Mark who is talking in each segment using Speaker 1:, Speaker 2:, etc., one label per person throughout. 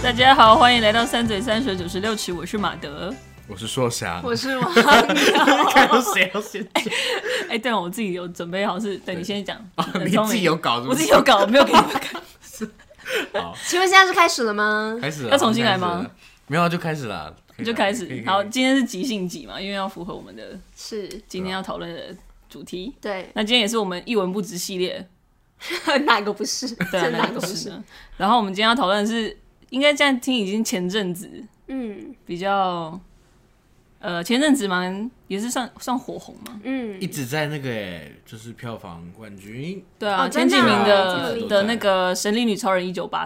Speaker 1: 大家好，欢迎来到三嘴三舌96尺，我是马德，
Speaker 2: 我是硕翔，
Speaker 3: 我是王
Speaker 2: 看到谁要先讲？
Speaker 1: 对，我自己有准备好是，等你先讲。
Speaker 2: 你自己有稿是不是？
Speaker 1: 我自己有稿，我没有给你们看。
Speaker 2: 好，
Speaker 3: 请问现在是开始了吗？
Speaker 2: 开始了，
Speaker 1: 要重新来吗？
Speaker 2: 没有，就开始了，
Speaker 1: 就开始。好，今天是即兴集嘛，因为要符合我们的
Speaker 3: 是
Speaker 1: 今天要讨论的主题。
Speaker 3: 对，
Speaker 1: 那今天也是我们一文不值系列。
Speaker 3: 哪个不是？
Speaker 1: 对啊，哪个不是呢？然后我们今天要讨论的是，应该这样听已经前阵子，比较，前阵子也是算火红嘛，
Speaker 2: 一直在那个就是票房冠军，
Speaker 1: 对啊，前几名的那个《神力女超人1984》，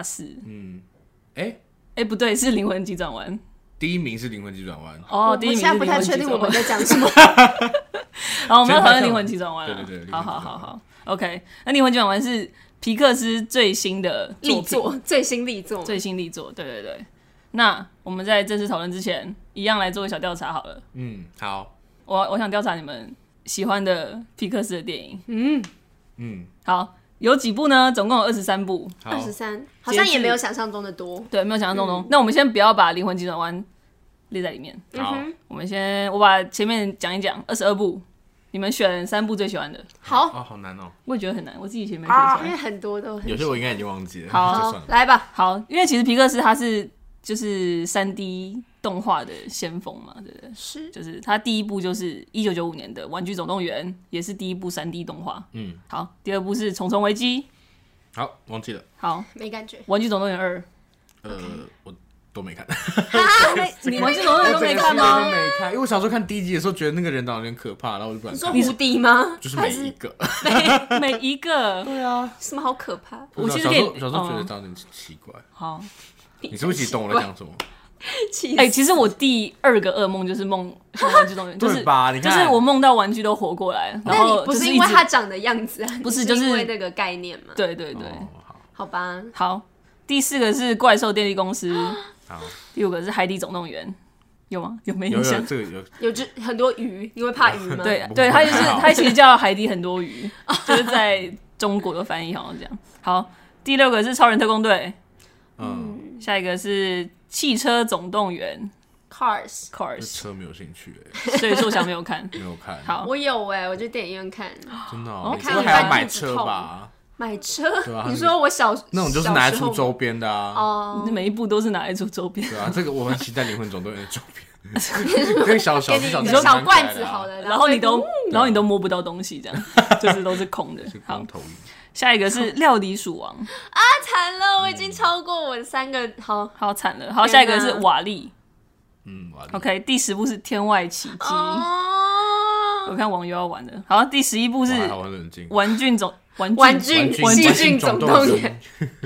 Speaker 1: 不对，是《灵魂急转弯》，
Speaker 2: 第一名是《灵魂急转弯》，
Speaker 1: 哦，第一名是《灵魂急转弯》。
Speaker 3: 我现在不太确定我们在讲什么。
Speaker 1: 好，我们要讨论《灵魂急转弯》
Speaker 2: 对对对，
Speaker 1: 好 ，OK， 那《灵魂急转弯》是皮克斯最新的
Speaker 3: 力作，最新力作，
Speaker 1: 对对对。那我们在正式讨论之前，一样来做个小调查好了。
Speaker 2: 好，
Speaker 1: 我想调查你们喜欢的皮克斯的电影。好，有几部呢？总共有23部。
Speaker 3: 23，好像也没有想象中的多。
Speaker 1: 对，没有想象中多。那我们先不要把《灵魂急转弯》列在里面。
Speaker 2: 好，
Speaker 1: 我把前面讲一讲，22部。你们选3部最喜欢的。
Speaker 3: 好，
Speaker 2: 好难哦。
Speaker 1: 我也觉得很难，我自己前面选出来，
Speaker 3: 因为很多都很
Speaker 2: 有些我应该已经忘记了。
Speaker 3: 好，来吧。
Speaker 1: 好，因为其实皮克斯他是就是3D 动画的先锋嘛，对不对？
Speaker 3: 是，
Speaker 1: 就是他第一部就是1995年的《玩具总动员》，也是第一部3D 动画。好，第二部是《虫虫危机》。
Speaker 2: 好，忘记了。
Speaker 1: 好，
Speaker 3: 没感觉。《
Speaker 1: 玩具总动员2》。
Speaker 2: 我都没看。
Speaker 1: 你玩具总动员都没看吗？
Speaker 2: 我没看，因为我小时候看第一集的时候，觉得那个人长得有点可怕，然后我就不敢看。
Speaker 3: 你说胡迪吗？
Speaker 2: 就是每一个，
Speaker 1: 每一个。
Speaker 2: 对啊，
Speaker 3: 什么好可怕？
Speaker 2: 我小时候觉得长得有点奇怪。
Speaker 1: 好，
Speaker 2: 你是不是懂我在讲什么？
Speaker 1: 其实我第2个噩梦就是梦玩具总动员，
Speaker 2: 对吧？你看，
Speaker 1: 就是我梦到玩具都活过来，然后
Speaker 3: 不是因为他长的样子啊，
Speaker 1: 不是
Speaker 3: 就是因为那个概念嘛。
Speaker 1: 对对对，
Speaker 3: 好吧。
Speaker 1: 好，第4个是怪兽电力公司。
Speaker 2: 好，
Speaker 1: 第5个是海底总动员，有吗？有没
Speaker 2: 有
Speaker 1: 印象？
Speaker 2: 这个
Speaker 3: 有很多鱼，你会怕鱼吗？
Speaker 1: 对，它其实叫海底很多鱼，就是在中国的翻译好像这样。好，第6个是超人特工队，下一个是汽车总动员
Speaker 3: Cars，
Speaker 2: 车没有兴趣
Speaker 1: 所以硕翔没有看，
Speaker 2: 没有看。
Speaker 1: 好，
Speaker 3: 我有我去电影院看，
Speaker 2: 真的哦，
Speaker 3: 看
Speaker 2: 还要买车吧？
Speaker 3: 买车？
Speaker 2: 对啊，
Speaker 3: 你说我
Speaker 2: 那种就是拿来出周边的啊。
Speaker 3: 哦，
Speaker 1: 每一部都是拿来出周边。
Speaker 2: 对啊，这个我很期待《灵魂总动员》的周边，那个小
Speaker 3: 给你一个小罐子好了，
Speaker 1: 然后你都摸不到东西，这样就是都是空的。好，下一个是料理鼠王
Speaker 3: 啊，惨了，我已经超过我的3个，
Speaker 1: 好惨了。好，下一个是瓦力。
Speaker 2: 瓦力。
Speaker 1: OK， 第10部是天外奇迹。我看网友要玩的。好，第11部是玩具
Speaker 3: 细菌总动员。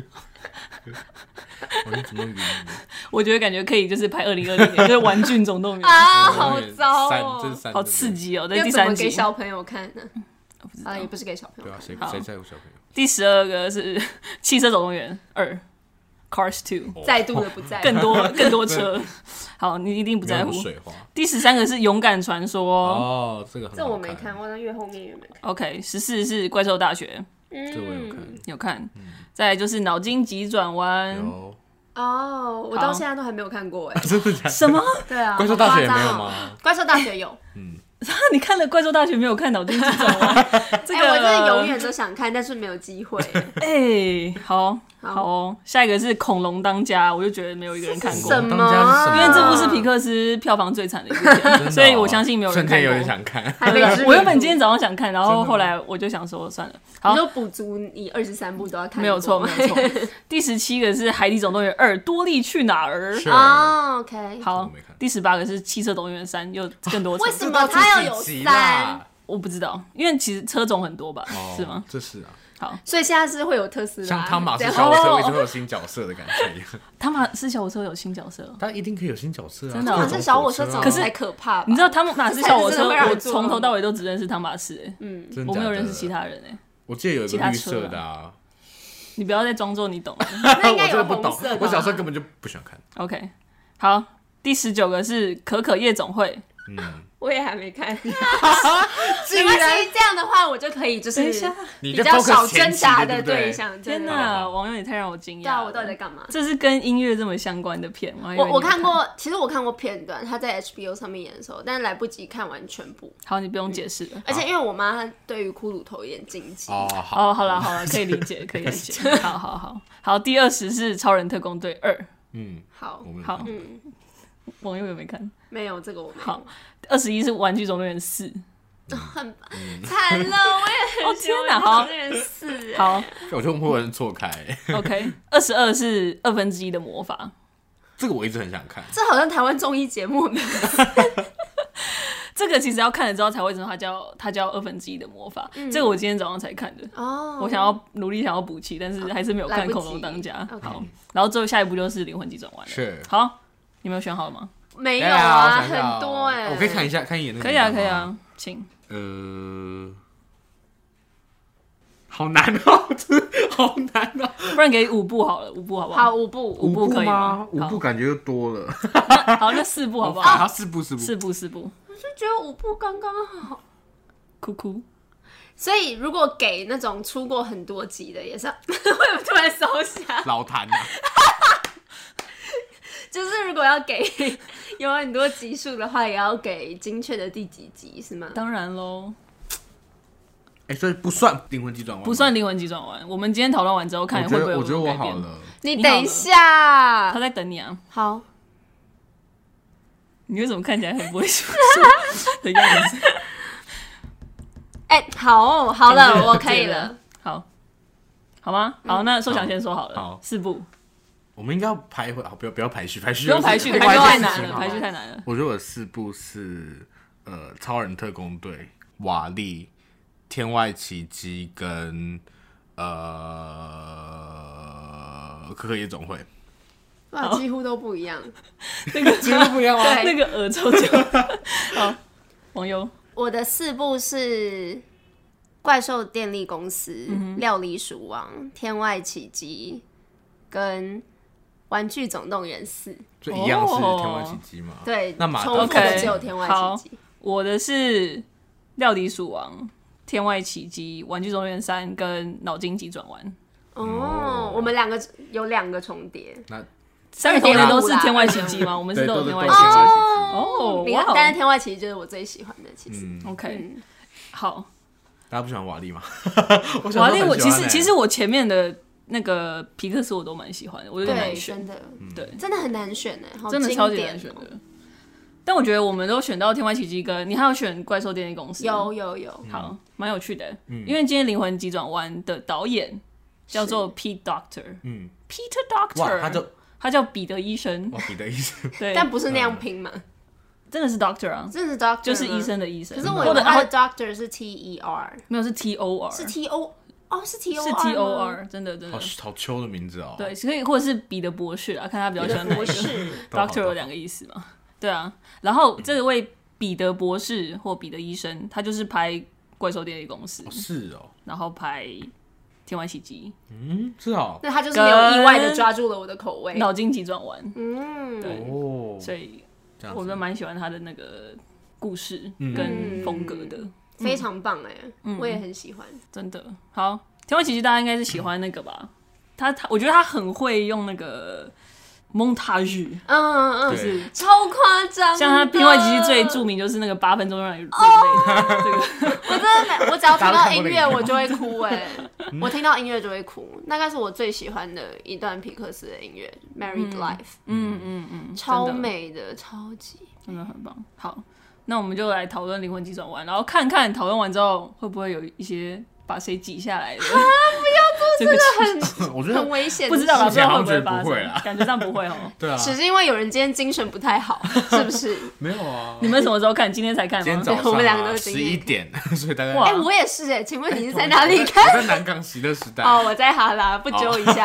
Speaker 1: 我觉得感觉可以，就是拍2020年，就是玩具总动员
Speaker 3: 啊，好糟哦，
Speaker 1: 好刺激哦！在第3集
Speaker 3: 给小朋友看呢？也不是给小朋友。
Speaker 2: 对啊，谁在乎小朋友？
Speaker 1: 第12个是汽车总动员2 Cars 2，
Speaker 3: 再度的不在乎，
Speaker 1: 更多车。好，你一定不在乎。第13个是勇敢传说。
Speaker 2: 哦，这
Speaker 3: 我没看，我在越后面越没看。
Speaker 1: OK， 14是怪兽大学。
Speaker 2: 这我
Speaker 1: 有看。再来就是脑筋急转弯。
Speaker 3: 哦，我到现在都还没有看过哎。
Speaker 2: 真的假的？
Speaker 1: 什么？
Speaker 3: 对啊，
Speaker 2: 怪兽大学也没有吗？
Speaker 3: 怪兽大学有。
Speaker 1: 你看了怪兽大学没有看脑筋急转弯？这个
Speaker 3: 我真的永远都想看，但是没有机会。
Speaker 1: 好哦。下一个是恐龙当家，我就觉得没有一个人看过。
Speaker 3: 什么？
Speaker 1: 因为这部是皮克斯票房最惨的一部片，所以我相信没有人看过。
Speaker 2: 瞬间有点想看。
Speaker 1: 我原本今天早上想看，然后后来我就想说算了。好，
Speaker 3: 你就补足你23部都要看。
Speaker 1: 没有错。第17个是海底总动员2多利去哪儿。
Speaker 3: 哦 ，OK。
Speaker 1: 好，第18个是汽车总动员3，又更多车。
Speaker 3: 为什么它要有3？
Speaker 1: 我不知道，因为其实车种很多吧，是吗？
Speaker 2: 这是啊。
Speaker 1: 好，
Speaker 3: 所以现在是会有特斯拉，
Speaker 2: 像汤马斯小火车为什么会有新角色的感觉一样？
Speaker 1: 汤马斯小火车有新角色，
Speaker 2: 它一定可以有新角色啊！
Speaker 1: 真的，
Speaker 3: 可是小火车长得太可怕。
Speaker 1: 你知道汤马斯小火车，我从头到尾都只认识汤马斯，我没有认识其他人
Speaker 2: 我记得有一个绿色的啊。
Speaker 1: 你不要再装作你懂了，
Speaker 3: 那应该有
Speaker 2: 不懂，我小时候根本就不喜欢看。
Speaker 1: OK， 好，第19个是可可夜总会。
Speaker 3: 我也还没看。
Speaker 2: 竟
Speaker 3: 没关
Speaker 2: 然
Speaker 3: 系，这样的话我就可以就是
Speaker 2: 你就
Speaker 3: 比较
Speaker 2: focus
Speaker 3: 少
Speaker 2: 前期
Speaker 3: 挣扎的
Speaker 2: 的对不对
Speaker 3: 对象。
Speaker 1: 天
Speaker 3: 哪！
Speaker 1: 哪，网友也太让我惊讶了。
Speaker 3: 对啊，我到底在干嘛？
Speaker 1: 这是跟音乐这么相关的片吗？
Speaker 3: 我看过，其实我看过片段，他在 HBO 上面演的时候，但是来不及看完全部。
Speaker 1: 好，你不用解释了。
Speaker 3: 而且因为我妈她对于骷髅头有点禁忌。
Speaker 2: 哦，好，
Speaker 1: 哦，好了，可以理解，可以理解。好，第20是《超人特工队2》。
Speaker 3: 好
Speaker 2: 我，们
Speaker 1: 好，网友有没看？
Speaker 3: 没有这个我没有。
Speaker 1: 好，21是《玩具总动员4》。
Speaker 3: 很惨了，我也很喜
Speaker 1: 天哪
Speaker 3: 欢这件事。
Speaker 1: 好
Speaker 2: 我觉得我们会有人错开。
Speaker 1: ，OK，22是1/2的魔法。
Speaker 2: 这个我一直很想看。
Speaker 3: 这好像台湾综艺节目的名字。
Speaker 1: 这个其实要看了之后才会知道它叫1/2的魔法。这个我今天早上才看的。
Speaker 3: 哦，
Speaker 1: 我努力想要补齐，但是还是没有看《恐龙当家》。好，然后最后下一步就是《灵魂急转弯》了。
Speaker 2: 是，
Speaker 1: 好，你们有选好了吗？
Speaker 3: 没有
Speaker 2: 我
Speaker 3: 啊，
Speaker 2: 想一下哦
Speaker 3: 很多哎。
Speaker 2: 我可以看一下，看一眼那个。
Speaker 1: 可以啊，可以。啊，请。
Speaker 2: 好难哦，真的好难哦。
Speaker 1: 不然给5部好了，5部好不好？
Speaker 3: 好，5部
Speaker 1: 5部可以吗？
Speaker 2: 五部感觉就多了。
Speaker 1: 好，那4部好不
Speaker 2: 好，
Speaker 1: 好
Speaker 2: 4部。
Speaker 1: 4部，
Speaker 3: 我就觉得5部刚刚好。
Speaker 1: 哭哭。
Speaker 3: 所以如果给那种出过很多集的，也是会不会突然烧瞎？
Speaker 2: 老谭啊，
Speaker 3: 就是如果要给有很多集数的话，也要给精确的第几集是吗？
Speaker 1: 当然喽，
Speaker 2: 所以不算灵魂急转弯，
Speaker 1: 不算灵魂急转弯。我们今天讨论完之后，看会不会有
Speaker 2: 我觉得我
Speaker 1: 改变。
Speaker 2: 好了。
Speaker 3: 你等一下
Speaker 1: 他，在等你啊。
Speaker 3: 好，
Speaker 1: 你为什么看起来很不会说的样子？
Speaker 3: 好了，我可以了。
Speaker 1: 好吗？好，那寿祥先说好了。
Speaker 2: 好
Speaker 1: 4部，
Speaker 2: 我们应该要排回，好，不要排序，
Speaker 1: 不用排序，
Speaker 2: 排
Speaker 1: 排序太难了，
Speaker 2: 事情好
Speaker 1: 排序太难了。
Speaker 2: 我觉得我的4部是超人特工队、瓦力、天外奇迹跟可可夜总会。
Speaker 3: 哇，几乎都不一样。
Speaker 1: 那个
Speaker 2: 几乎不一样吗？
Speaker 3: 对
Speaker 1: 那个耳抽奖。好，网友
Speaker 3: 我的4部是怪兽电力公司、料理鼠王、天外奇迹跟玩具总动员4。
Speaker 2: 就一样是天外奇迹嘛。
Speaker 3: 对，
Speaker 2: 那马
Speaker 3: 重复的只有天外奇迹。
Speaker 1: 我的是料理鼠王、天外奇迹、玩具总动员3跟脑筋急转弯。
Speaker 3: 哦，我们有2个重叠。
Speaker 2: 那
Speaker 1: 3个同学都是天外奇迹吗？我们是都有天外奇迹。哦，哇！
Speaker 3: 但是天外奇迹就是我最喜欢的，其实。
Speaker 1: OK，好。
Speaker 2: 大家不喜欢瓦力吗？
Speaker 1: 瓦力，我其实我前面的那个皮克斯我都蛮喜欢的，我有点难选，
Speaker 3: 真的很难选哎，
Speaker 1: 真的超级难选的。但我觉得我们都选到天外奇迹跟你还有选怪兽电力公司，
Speaker 3: 有，
Speaker 1: 好，蛮有趣的。因为今天灵魂急转弯的导演叫做 Pete Docter，Peter Docter，他叫彼得医生，
Speaker 2: 彼得医生，
Speaker 1: 对，
Speaker 3: 但不是那样拼嘛。
Speaker 1: 真的是 doctor 啊，
Speaker 3: 真的是 doctor，
Speaker 1: 就是医生的医生。
Speaker 3: 可是我以为他的 doctor 是 TER，
Speaker 1: 没有是 TOR，
Speaker 3: 是 TO， 哦是 TOR，
Speaker 1: 是 TOR， 真的
Speaker 2: 好秋的名字哦。
Speaker 1: 对，所以或者是彼得博士啊，看他比较喜欢哪一个。doctor 有2个意思嘛？对啊，然后这位彼得博士或彼得医生，他就是拍怪兽电力公司，
Speaker 2: 是哦，
Speaker 1: 然后拍天外奇迹，
Speaker 2: 是哦，
Speaker 3: 那他就是没有意外的抓住了我的口味，
Speaker 1: 脑筋急转弯，
Speaker 3: 对，
Speaker 1: 所以我们蛮喜欢他的那个故事跟风格的，
Speaker 3: 非常棒哎，我也很喜欢，
Speaker 1: 真的。好，天外奇迹大家应该是喜欢那个吧？我觉得他很会用那个montage，就是
Speaker 3: 超夸张。
Speaker 1: 像他天外奇迹最著名就是那个8分钟让你落泪的这个，
Speaker 3: 我真的我只要听到音乐我就会哭哎，我听到音乐就会哭，那该是我最喜欢的一段皮克斯的音乐《Married Life》，超美的，超级
Speaker 1: 真的很棒。好，那我们就来讨论灵魂急转弯，然后看看讨论完之后会不会有一些把谁挤下来的。不要
Speaker 3: 做这个
Speaker 2: 我觉得
Speaker 3: 很危险，
Speaker 1: 不知道啦，不知道会不会
Speaker 2: 发生，
Speaker 1: 感觉上不会哦。
Speaker 2: 对啊，
Speaker 3: 只是因为有人今天精神不太好，是不是？
Speaker 2: 没有啊，
Speaker 1: 你们什么时候看？今天才看吗？
Speaker 2: 今天早上
Speaker 3: 我们2个都是
Speaker 2: 11点，所以大概。
Speaker 3: 哎，我也是哎，请问你是在哪里看？
Speaker 2: 我在南港喜乐时代。
Speaker 3: 哦，我在哈拉，不揪一下。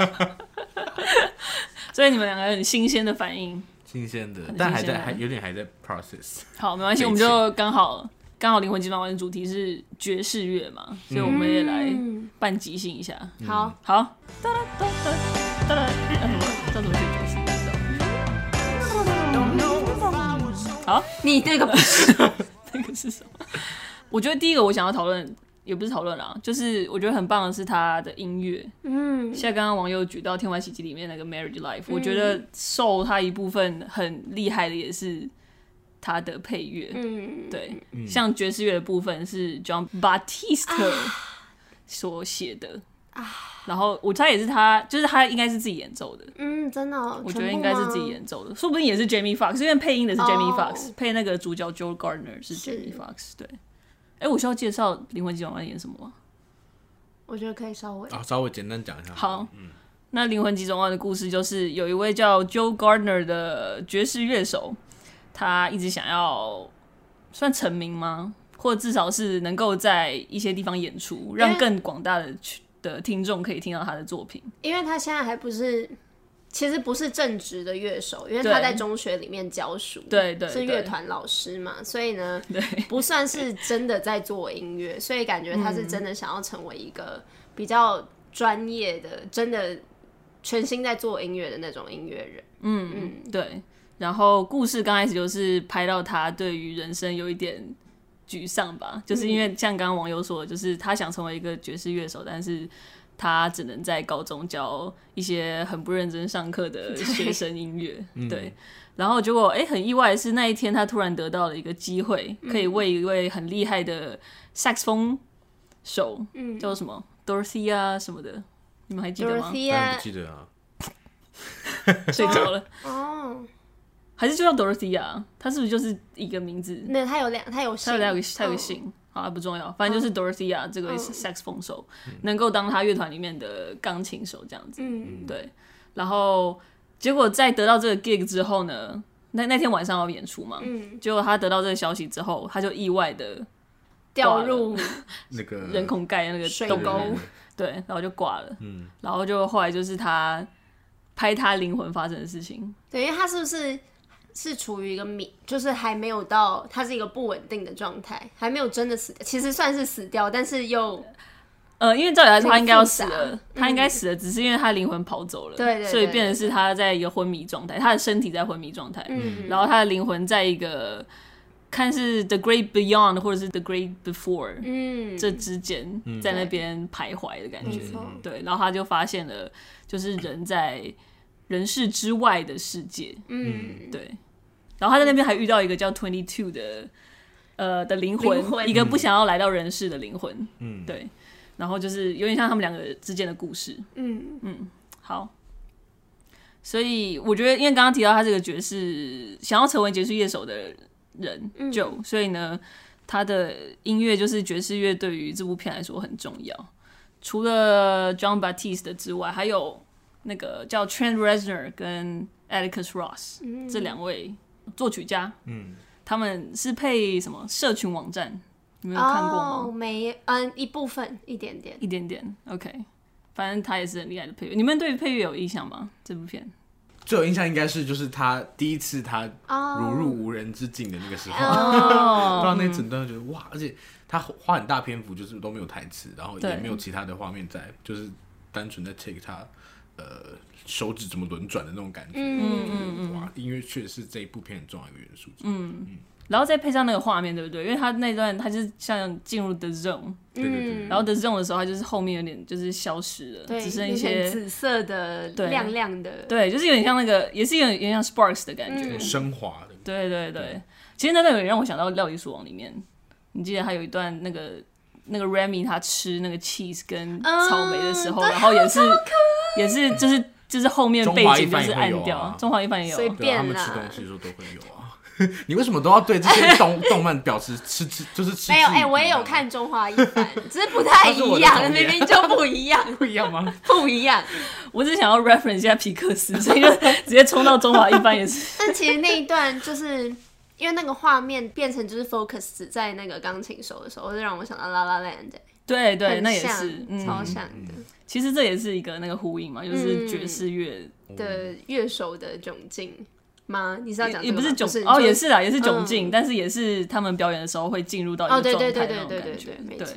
Speaker 1: 所以你们2个很新鲜的反应，
Speaker 2: 新鲜的，但还有点还在 process。
Speaker 1: 好，没关系，我们就刚好灵魂急转弯的主题是爵士乐嘛，所以我们也来办即兴一下。
Speaker 3: 好，
Speaker 1: 哒哒哒哒哒哒，叫什么？叫什么是爵士乐？ 好，
Speaker 3: 你那个不是
Speaker 1: 那个是什么？我觉得第一个我想要讨论，也不是讨论啦，就是我觉得很棒的是他的音乐。像刚刚网友举到《天外奇迹》里面那个《Married Life》，我觉得受他一部分很厉害的也是他的配乐。对，像爵士乐的部分是 John Batiste 所写的。然后我猜也是他，就是他应该是自己演奏的。
Speaker 3: 真的
Speaker 1: 我觉得应该是自己演奏的，说不定也是 Jamie Foxx， 因为配音的是 Jamie Foxx，配那个主角 Joel Gardner 是 Jamie Foxx。对，我需要介绍《灵魂急转弯》演什么吗？
Speaker 3: 我觉得可以稍
Speaker 2: 微简单讲一下。
Speaker 1: 好，那《灵魂急转弯》的故事就是有一位叫 Joel Gardner 的爵士乐手，他一直想要算成名吗？或者至少是能够在一些地方演出，让更广大的听众可以听到他的作品。
Speaker 3: 因为他现在还不是，其实不是正职的乐手，因为他在中学里面教书，
Speaker 1: 对，
Speaker 3: 是乐团老师嘛，所以呢，不算是真的在做音乐，所以感觉他是真的想要成为一个比较专业的，真的全心在做音乐的那种音乐人。
Speaker 1: 对。然后故事刚开始就是拍到他对于人生有一点沮丧吧，就是因为像刚刚网友说的，就是他想成为一个爵士乐手，但是他只能在高中教一些很不认真上课的学生音乐。对，然后结果很意外的是那一天他突然得到了一个机会，可以为一位很厉害的萨克斯风手，叫什么 Dorothea 什么的，你们还记得吗？
Speaker 2: 当然不记得啊。
Speaker 1: 睡着了。还是就叫 Dorothea， 他是不是就是一个名字？
Speaker 3: 没有，他有
Speaker 1: 个姓，好，不重要，反正就是 Dorothea 这个萨克斯风手，能够当他乐团里面的钢琴手这样子。对。然后结果在得到这个 gig 之后呢，那天晚上要演出嘛，结果他得到这个消息之后，他就意外的
Speaker 3: 掉入
Speaker 2: 那个
Speaker 1: 人孔盖那个
Speaker 3: 水沟，
Speaker 1: 对，然后就挂了。然后就后来就是他拍他灵魂发生的事情。
Speaker 3: 对，因为他是不是处于一个就是还没有到，它是一个不稳定的状态，还没有真的死掉，其实算是死掉，但是又
Speaker 1: 因为照理来说他应该要死了，他应该死了，只是因为他灵魂跑走了，
Speaker 3: 对，
Speaker 1: 所以变成是他在一个昏迷状态，他的身体在昏迷状态，然后他的灵魂在一个看是 The Great Beyond 或者是 The Great Before，这之间在那边徘徊的感觉，对，然后他就发现了，就是人在人世之外的世界，对。然后他在那边还遇到一个叫 22 的灵魂，一个不想要来到人世的灵魂，对。然后就是有点像他们两个之间的故事，好。所以我觉得，因为刚刚提到他这个爵士想要成为爵士乐手的人，Joe，所以呢，他的音乐就是爵士乐对于这部片来说很重要。除了 John Batiste 之外，还有那个叫 Trent Reznor 跟 Atticus Ross，这两位作曲家，他们是配什么社群网站？你们有看过吗？
Speaker 3: 没，一部分，一点点
Speaker 1: ，OK。反正他也是很厉害的配乐。你们对配乐有印象吗？这部片
Speaker 2: 最有印象应该是就是他第一次他如入无人之境的那个时候，不然那整段就觉得哇，而且他花很大篇幅就是都没有台词，然后也没有其他的画面在，就是单纯在 take 他手指怎么轮转的那种感觉。哇，音乐确实是这一部片很重要的一个元素。
Speaker 1: 然后再配上那个画面，对不对？因为他那段他就是像进入 The Zone，然后 The Zone 的时候，他就是后面有点就是消失了，只剩一些
Speaker 3: 紫色的、亮亮的，
Speaker 1: 对，就是有点像那个，也是有点像 Sparks 的感觉，
Speaker 2: 升华的。
Speaker 1: 对。其实那段有点让我想到《料理鼠王》里面，你记得他有一段那个 Remy 他吃那个 cheese 跟草莓的时候，然后也是就是后面背景就是暗掉，中华一番也有，
Speaker 3: 随便啦，
Speaker 2: 他们吃东西的时候都会有啊。你为什么都要对这些动漫表示就是吃？
Speaker 3: 没有，我也有看中华一番，只是不太一样，明明就不一样。
Speaker 2: 不一样吗？
Speaker 3: 不一样。
Speaker 1: 我只想要 reference 一下皮克斯，所以就直接冲到中华一番也是。
Speaker 3: 但其实那一段就是因为那个画面变成就是 focus 只在那个钢琴手的时候，就让我想到 La La Land。
Speaker 1: 对，那也是
Speaker 3: 超像的。
Speaker 1: 其实这也是一个那个呼应嘛，就是爵士乐
Speaker 3: 的乐手的窘境。吗？你是要讲
Speaker 1: 也不是窘哦，也是啦，也是窘境，但是也是他们表演的时候会进入到一个状态的那种感觉。
Speaker 3: 对，没错。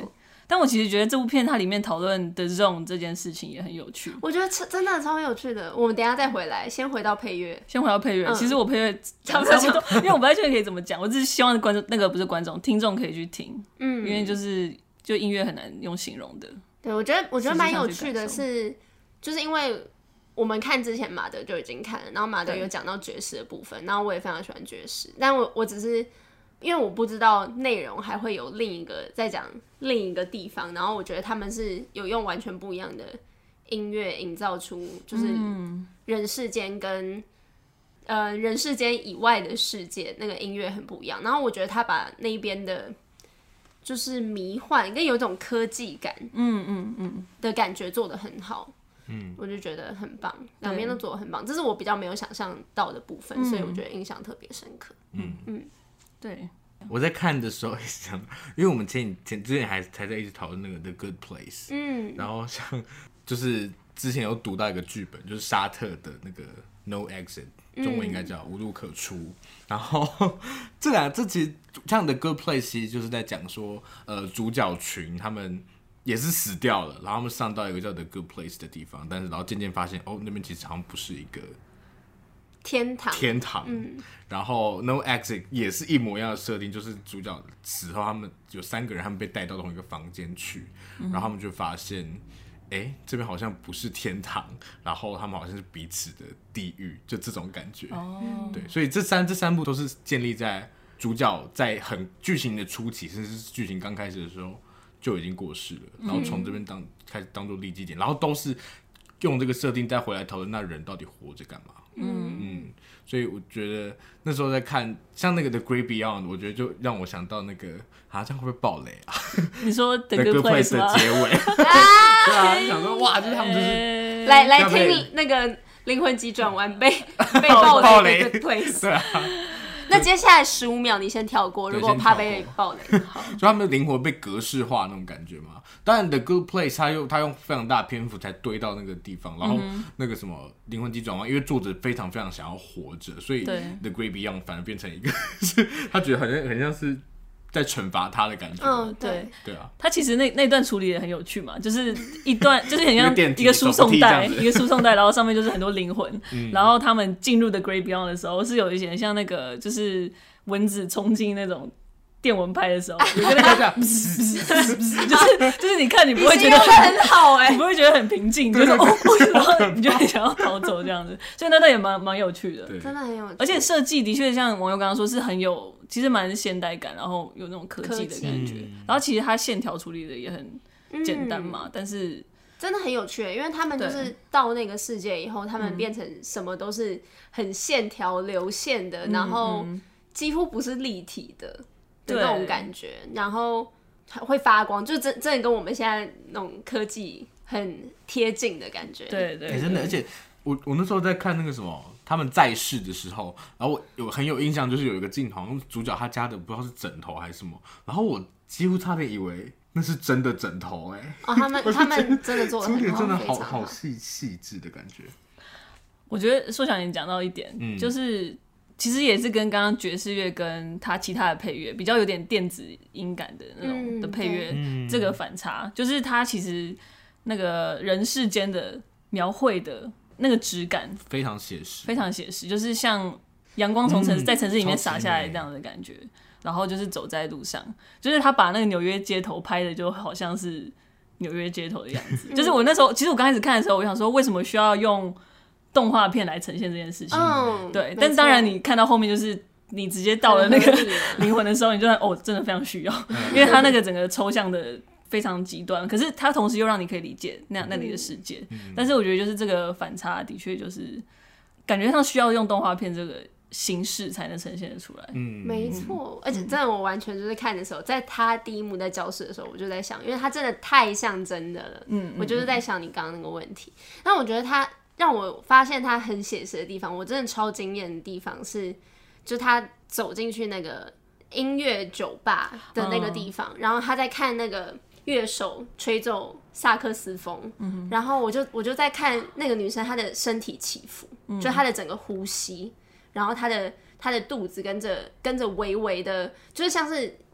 Speaker 1: 但我其实觉得这部片它里面讨论的 zone 这件事情也很有趣，
Speaker 3: 我觉得真的超有趣的。我们等一下再回来，先回到配乐。
Speaker 1: 其实我配乐差不多，因为我不太确定可以怎么讲，我只是希望观众不是观众，听众可以去听，因为就音乐很难用形容的。
Speaker 3: 对，我觉得蛮有趣的是，就是因为我们看之前马德就已经看了，然后马德有讲到爵士的部分，然后我也非常喜欢爵士，但我只是因为我不知道内容还会有另一个在讲另一个地方，然后我觉得他们是有用完全不一样的音乐营造出就是人世间跟人世间以外的世界，那个音乐很不一样。然后我觉得他把那边的就是迷幻跟有一种科技感的感觉做得很好，我就觉得很棒，两边都做得很棒，这是我比较没有想象到的部分，所以我觉得印象特别深刻。
Speaker 1: 对，
Speaker 2: 我在看的时候也想，因为我们之前还在一直讨论那个 The Good Place，然后像就是之前有读到一个剧本，就是沙特的那个 No Exit， 中文应该叫无路可出。然后这其实像 The Good Place 其实就是在讲说，主角群他们也是死掉了，然后他们上到一个叫 The Good Place 的地方，但是然后渐渐发现，那边其实好像不是一个
Speaker 3: 天堂，
Speaker 2: 然后 No Exit 也是一模一样的设定，就是主角死后，他们有3个人，他们被带到同一个房间去，然后他们就发现，这边好像不是天堂，然后他们好像是彼此的地狱，就这种感觉。对，所以这三部都是建立在主角在很剧情的初期，甚至是剧情刚开始的时候就已经过世了，然后从这边开始当做立基点，然后都是用这个设定再回来讨论那人到底活着干嘛。所以我觉得那时候在看像那个 The Great Beyond， 我觉得就让我想到那个这样会不会爆雷啊？
Speaker 1: 你说 The
Speaker 2: Good
Speaker 1: Place
Speaker 2: 的结尾，对啊，就想说哇，就是他们就是
Speaker 3: 来听那个灵魂急转弯被爆雷的 Good Place，
Speaker 2: 对啊。
Speaker 3: 那接下来15秒你先跳过，如果怕被爆雷，好，
Speaker 2: 就他们的灵魂被格式化那种感觉嘛。当然 The Good Place 他用非常大的篇幅才堆到那个地方，然后那个什么灵魂急转弯，因为作者非常非常想要活着，所以 The Great Beyond 反而变成一个他觉得很像是在惩罚他的感觉。
Speaker 3: 对
Speaker 2: 啊，
Speaker 1: 他其实那段处理也很有趣嘛，就是一段就是很像一个输送带，然后上面就是很多灵魂，然后他们进入 The Great Beyond 的时候，是有一些像那个就是蚊子冲进那种电蚊拍的时候，有个那个就是你看你不会觉得
Speaker 3: 很好
Speaker 1: 你不会觉得很平静，就是然后你就很想要逃走这样子，所以那段也蛮有趣的，
Speaker 3: 真的很有趣，
Speaker 1: 而且设计的确像网友刚刚说是很有，其实蛮现代感，然后有那种科技的感觉，然后其实它线条处理的也很简单嘛，但是
Speaker 3: 真的很有趣，因为他们就是到那个世界以后，他们变成什么都是很线条流线的，然后几乎不是立体的那种感觉，然后会发光，就真的跟我们现在那种科技很贴近的感觉。
Speaker 1: 对，
Speaker 2: 真的，而且我那时候在看那个什么他们在世的时候，然后我很有印象，就是有一个镜头，主角他家的不知道是枕头还是什么，然后我几乎差点以为那是真的枕头
Speaker 3: 他们真的做得很好，
Speaker 2: 真的好细致的感觉。
Speaker 1: 我觉得硕翔也讲到一点，就是其实也是跟刚刚爵士乐跟他其他的配乐比较有点电子音感的那种的配乐，这个反差就是他其实那个人世间的描绘的那个质感
Speaker 2: 非常写实，
Speaker 1: 非常写实，就是像阳光从在城市里面洒下来这样的感觉，然后就是走在路上，就是他把那个纽约街头拍的就好像是纽约街头的样子。就是我那时候，其实我刚开始看的时候，我想说为什么需要用动画片来呈现这件事情？对，但当然你看到后面就是你直接到了那个灵魂的时候，你就真的非常需要，因为他那个整个抽象的非常极端，可是他同时又让你可以理解那里的世界。但是我觉得就是这个反差的确就是感觉上需要用动画片这个形式才能呈现得出来。
Speaker 3: 没错，而且真的我完全就是看的时候，在他第一幕在教室的时候，我就在想，因为他真的太像真的了，我就是在想你刚刚那个问题。那我觉得他让我发现他很写实的地方，我真的超惊艳的地方是，就他走进去那个音乐酒吧的那个地方，然后他在看那个乐手吹奏萨克斯风，然后我就在看那个女生她的身体起伏，就她的整个呼吸，然后她的肚子跟着微微的，就是像是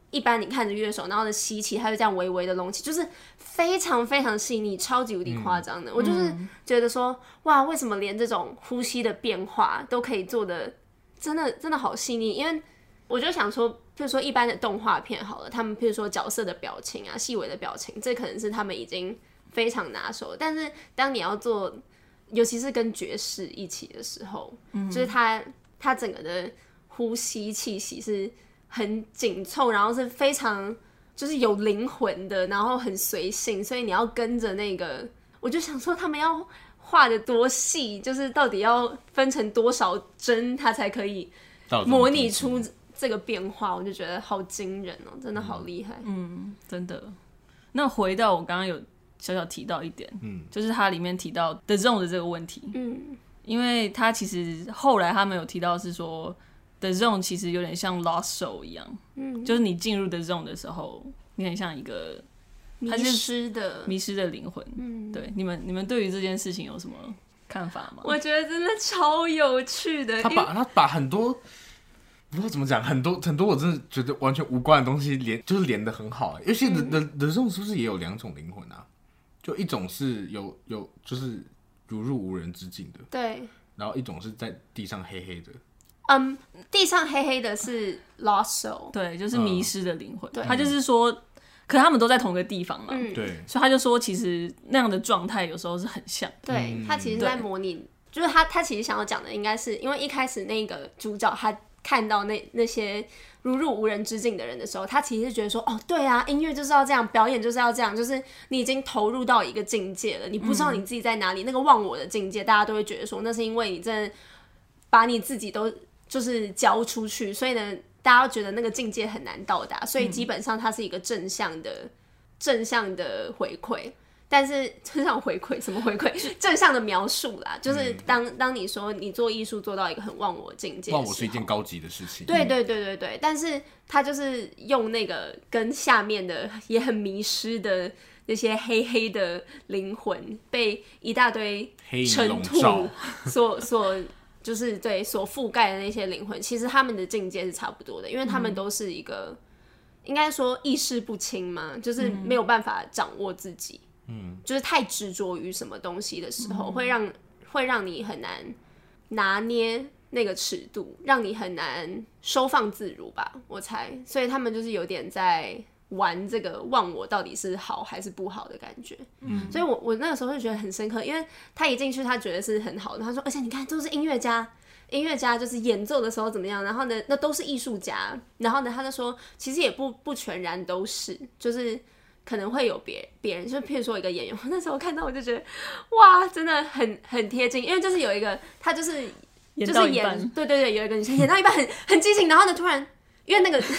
Speaker 3: 一般你看着乐手，然后的吸气，它就这样微微的隆起，就是非常非常细腻，超级无敌夸张的。我就是觉得说，哇，为什么连这种呼吸的变化都可以做的真的好细腻？因为我就想说，譬如说一般的动画片好了，他们譬如说角色的表情啊、细微的表情，这可能是他们已经非常拿手的。但是当你要做，尤其是跟爵士一起的时候，就是它整个的呼吸气息是很紧凑，然后是非常就是有灵魂的，然后很随性，所以你要跟着那个，我就想说他们要画的多细，就是到底要分成多少帧，它才可以模拟出这个变化，我就觉得好惊人哦，真的好厉害。
Speaker 1: 真的。那回到我刚刚有小小提到一点，就是它里面提到 The Zone 的这个问题，因为它其实后来他们有提到是说 The Zone 其实有点像 Lost Soul 一样，就是你进入 The Zone 的时候，你很像一个
Speaker 3: 迷失的
Speaker 1: 灵魂。对，你们对于这件事情有什么看法吗？
Speaker 3: 我觉得真的超有趣的，
Speaker 2: 他把很多不知道怎么讲，很多我真的觉得完全无关的东西连得很好。尤其 The Zone 是不是也有2种灵魂啊？就一种是有就是如入无人之境的，
Speaker 3: 对，
Speaker 2: 然后一种是在地上黑黑的。
Speaker 3: 地上黑黑的是 Lost Soul，
Speaker 1: 对，就是迷失的灵魂。他就是说，可是他们都在同一个地方嘛，
Speaker 2: 对，
Speaker 1: 所以他就说，其实那样的状态有时候是很像的。
Speaker 3: 对，他其实在模拟，就是他其实想要讲的，应该是因为一开始那个主角他看到那些如入无人之境的人的时候，他其实是觉得说，哦，对啊，音乐就是要这样，表演就是要这样，就是你已经投入到一个境界了，你不知道你自己在哪里，那个忘我的境界，大家都会觉得说，那是因为你真的把你自己都就是交出去，所以呢，大家觉得那个境界很难到达，所以基本上它是一个正向的回馈。但是正向回馈什么回馈？正向的描述啦，就是当你说你做艺术做到一个很忘我的境界的时候，
Speaker 2: 忘我是一件高级的事情。
Speaker 3: 对，但是他就是用那个跟下面的也很迷失的那些黑黑的灵魂，被一大堆尘土所就是对所覆盖的那些灵魂，其实他们的境界是差不多的，因为他们都是一个应该说意识不清嘛，就是没有办法掌握自己。就是太执着于什么东西的时候，会让你很难拿捏那个尺度，让你很难收放自如吧，我猜。所以他们就是有点在玩这个忘我到底是好还是不好的感觉。所以我那个时候就觉得很深刻，因为他一进去他觉得是很好的，他说，而且你看都是音乐家就是演奏的时候怎么样，然后呢那都是艺术家，然后呢他就说其实也不全然都是，就是可能会有别人，就譬如说一个演员，我那时候看到我就觉得哇，真的很贴近，因为就是有一个他就是
Speaker 1: 演到一半，
Speaker 3: 对，有一个女生演到一半很激情，然后呢突然因为那个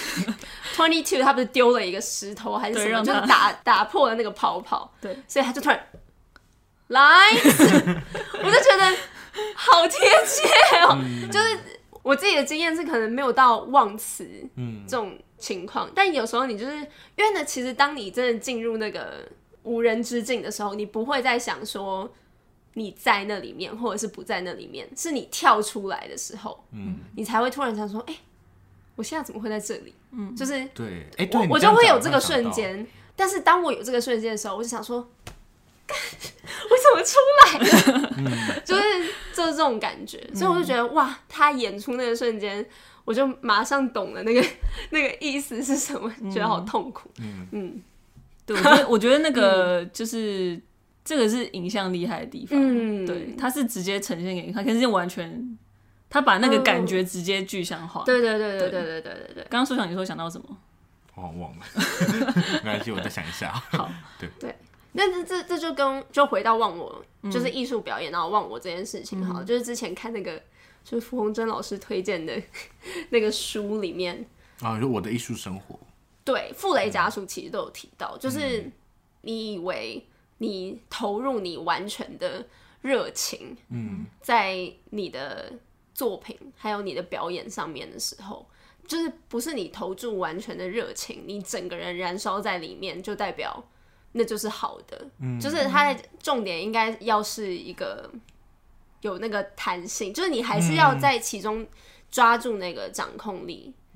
Speaker 3: 22他不是丢了一个石头还是什么，就是打破了那个泡泡，
Speaker 1: 对，
Speaker 3: 所以他就突然来，我就觉得好贴切哦，就是我自己的经验是可能没有到忘词这种情况，但有时候你就是因为呢，其实当你真的进入那个无人之境的时候，你不会再想说你在那里面或者是不在那里面，是你跳出来的时候，你才会突然想说，我现在怎么会在这里？就是
Speaker 2: 对，
Speaker 3: 我就会有这个瞬间。但是当我有这个瞬间的时候，我就想说，我怎么出来的？就是这种感觉，所以我就觉得哇，他演出那个瞬间。我就马上懂了那个意思是什么，觉得好痛苦。
Speaker 1: 对，我觉得那个就是这个是影像厉害的地方。对，他是直接呈现给你看，可是完全他把那个感觉直接具象化。对。刚刚苏想你说想到什么？
Speaker 2: 我忘了，没关系，我再想一下。
Speaker 1: 好，
Speaker 2: 对。
Speaker 3: 那这就回到忘我，就是艺术表演，然后忘我这件事情。好，就是之前看那个。就是傅红珍老师推荐的那个书里面
Speaker 2: 啊，就我的艺术生活。
Speaker 3: 对，傅雷家书其实都有提到，就是你以为你投入你完全的热情，在你的作品还有你的表演上面的时候，就是不是你投注完全的热情，你整个人燃烧在里面，就代表那就是好的。就是它的重点应该要是一个。有那个弹性，就是你还是要在其中抓住那个掌控力，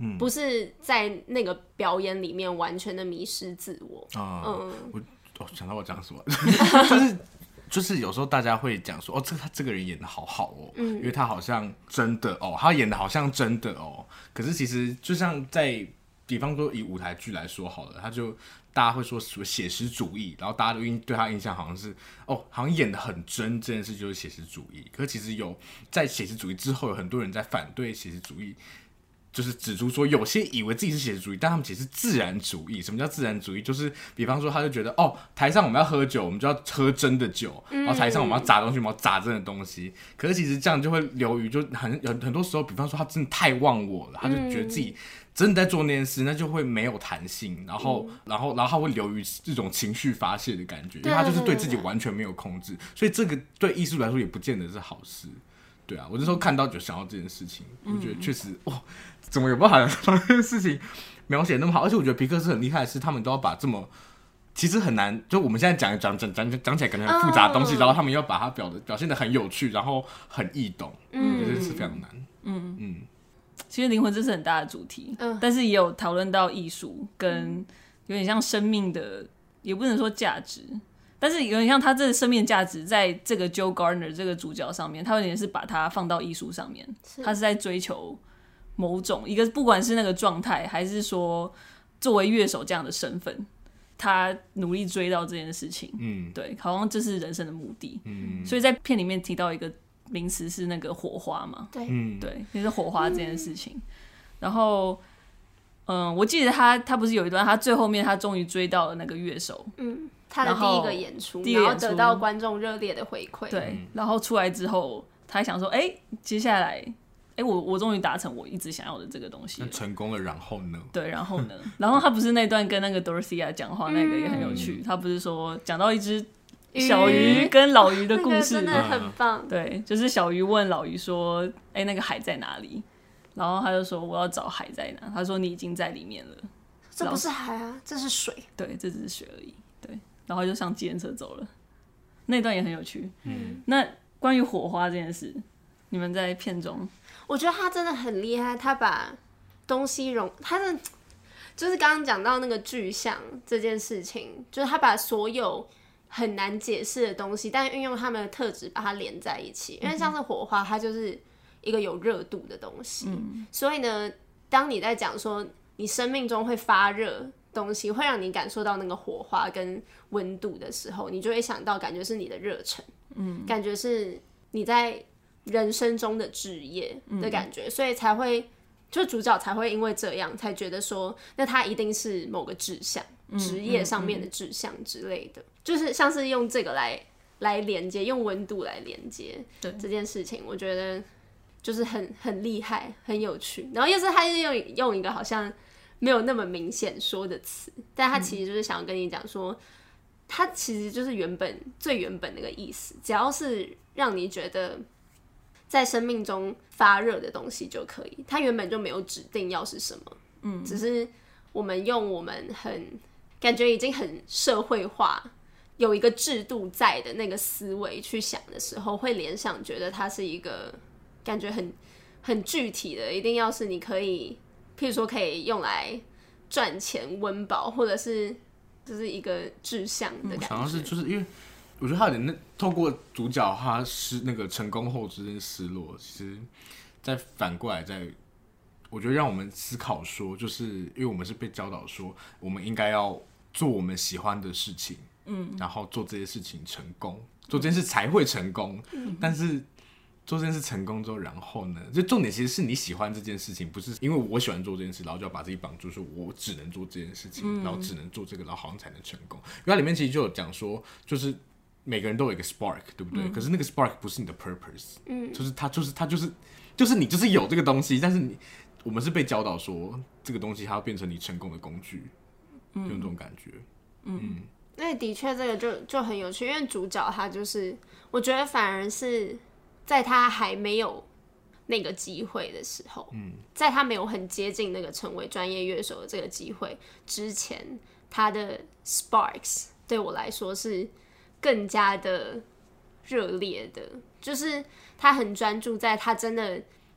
Speaker 3: 不是在那个表演里面完全的迷失自我。
Speaker 2: 我想到我讲什么，就是有时候大家会讲说，他这个人演的好好哦，因为他好像真的哦，他演的好像真的哦。可是其实就像比方说以舞台剧来说好了，大家会说写实主义，然后大家都对他印象好像是好像演的很真，这件事就是写实主义。可是其实在写实主义之后，有很多人在反对写实主义。就是指出说，有些以为自己是写实主义，但他们其实是自然主义。什么叫自然主义？就是比方说，他就觉得台上我们要喝酒，我们就要喝真的酒，然后台上我们要砸东西，我们要砸真的东西。可是其实这样就会流于，就很多时候，比方说他真的太忘我了，他就觉得自己真的在做那件事，那就会没有弹性，然后他会流于这种情绪发泄的感觉，因为他就是对自己完全没有控制，所以这个对艺术来说也不见得是好事。对啊，我那时候看到就想到这件事情，我觉得确实怎么有办法把这件事情描写那么好？而且我觉得皮克斯很厉害的是，他们都要把其实很难，就我们现在讲起来可能很复杂的东西，然后他们要把它表现得很有趣，然后很易懂，我觉得是非常难。
Speaker 1: 其实灵魂这是很大的主题，但是也有讨论到艺术跟有点像生命的，也不能说价值。但是有点像他这个生命价值，在这个 Joe Gardner 这个主角上面，他有点是把它放到艺术上面，他是在追求某种一个，不管是那个状态，还是说作为乐手这样的身份，他努力追到这件事情。对，好像这是人生的目的。所以在片里面提到一个名词是那个火花嘛，对，就是火花这件事情。然后，我记得他不是有一段，他最后面他终于追到了那个乐手。
Speaker 3: 他的第一个演出，然后得到观众热烈的回馈。
Speaker 1: 对，然后出来之后，他还想说，接下来，我终于达成我一直想要的这个东西了。
Speaker 2: 那成功了，然后呢？
Speaker 1: 对，然后呢？然后他不是那段跟那个 Dorothea 讲话，那个也很有趣。他不是说讲到一只小鱼跟老鱼的故事，
Speaker 3: 真的很棒。
Speaker 1: 对，就是小鱼问老鱼说：“那个海在哪里？”然后他就说：“我要找海在哪？”他说：“你已经在里面了。”
Speaker 3: 这不是海啊，这是水。
Speaker 1: 对，这只是水而已。对，然后就上计程车走了。那段也很有趣。那关于火花这件事，你们在片中，
Speaker 3: 我觉得他真的很厉害，他把东西就是刚刚讲到那个具象这件事情，就是他把所有很难解释的东西，但运用他们的特质把它连在一起。因为像是火花，它就是一个有热度的东西，所以呢，当你在讲说你生命中会发热东西，会让你感受到那个火花跟温度的时候，你就会想到感觉是你的热忱，感觉是你在人生中的志业的感觉，所以才会就主角才会因为这样才觉得说，那他一定是某个志向，职业上面的志向之类的，就是像是用这个来连接，用温度来连接这件事情，我觉得就是很厉害，很有趣。然后又是他用一个好像没有那么明显说的词，但他其实就是想要跟你讲说，他其实就是最原本那个意思，只要是让你觉得在生命中发热的东西就可以，它原本就没有指定要是什么，只是我们用我们感觉已经很社会化，有一个制度在的那个思维去想的时候，会联想觉得它是一个感觉很具体的，一定要是你可以，譬如说可以用来赚钱温饱，或者是就是一个志向的感觉。
Speaker 2: 好像是就是因为我觉得他有点透过主角他那个成功后之间失落，其实再反过来我觉得让我们思考说，就是因为我们是被教导说我们应该要做我们喜欢的事情，然后做这些事情成功，做这件事才会成功，但是做这件事成功之后，然后呢？就重点其实是你喜欢这件事情，不是因为我喜欢做这件事，然后就要把自己绑住，说我只能做这件事情，然后只能做这个，然后好像才能成功。因为它里面其实就有讲说，就是每个人都有一个 spark， 对不对？可是那个 spark 不是你的 purpose，就是它就是你就是有这个东西，但是我们是被教导说这个东西它要变成你成功的工具，有这种感觉。
Speaker 3: 那的确这个就很有趣，因为主角他就是我觉得反而是在他还没有那个机会的时候，在他没有很接近那个成为专业乐手的这个机会之前，他的 sparks 对我来说是更加的热烈的，就是他很专注在他真的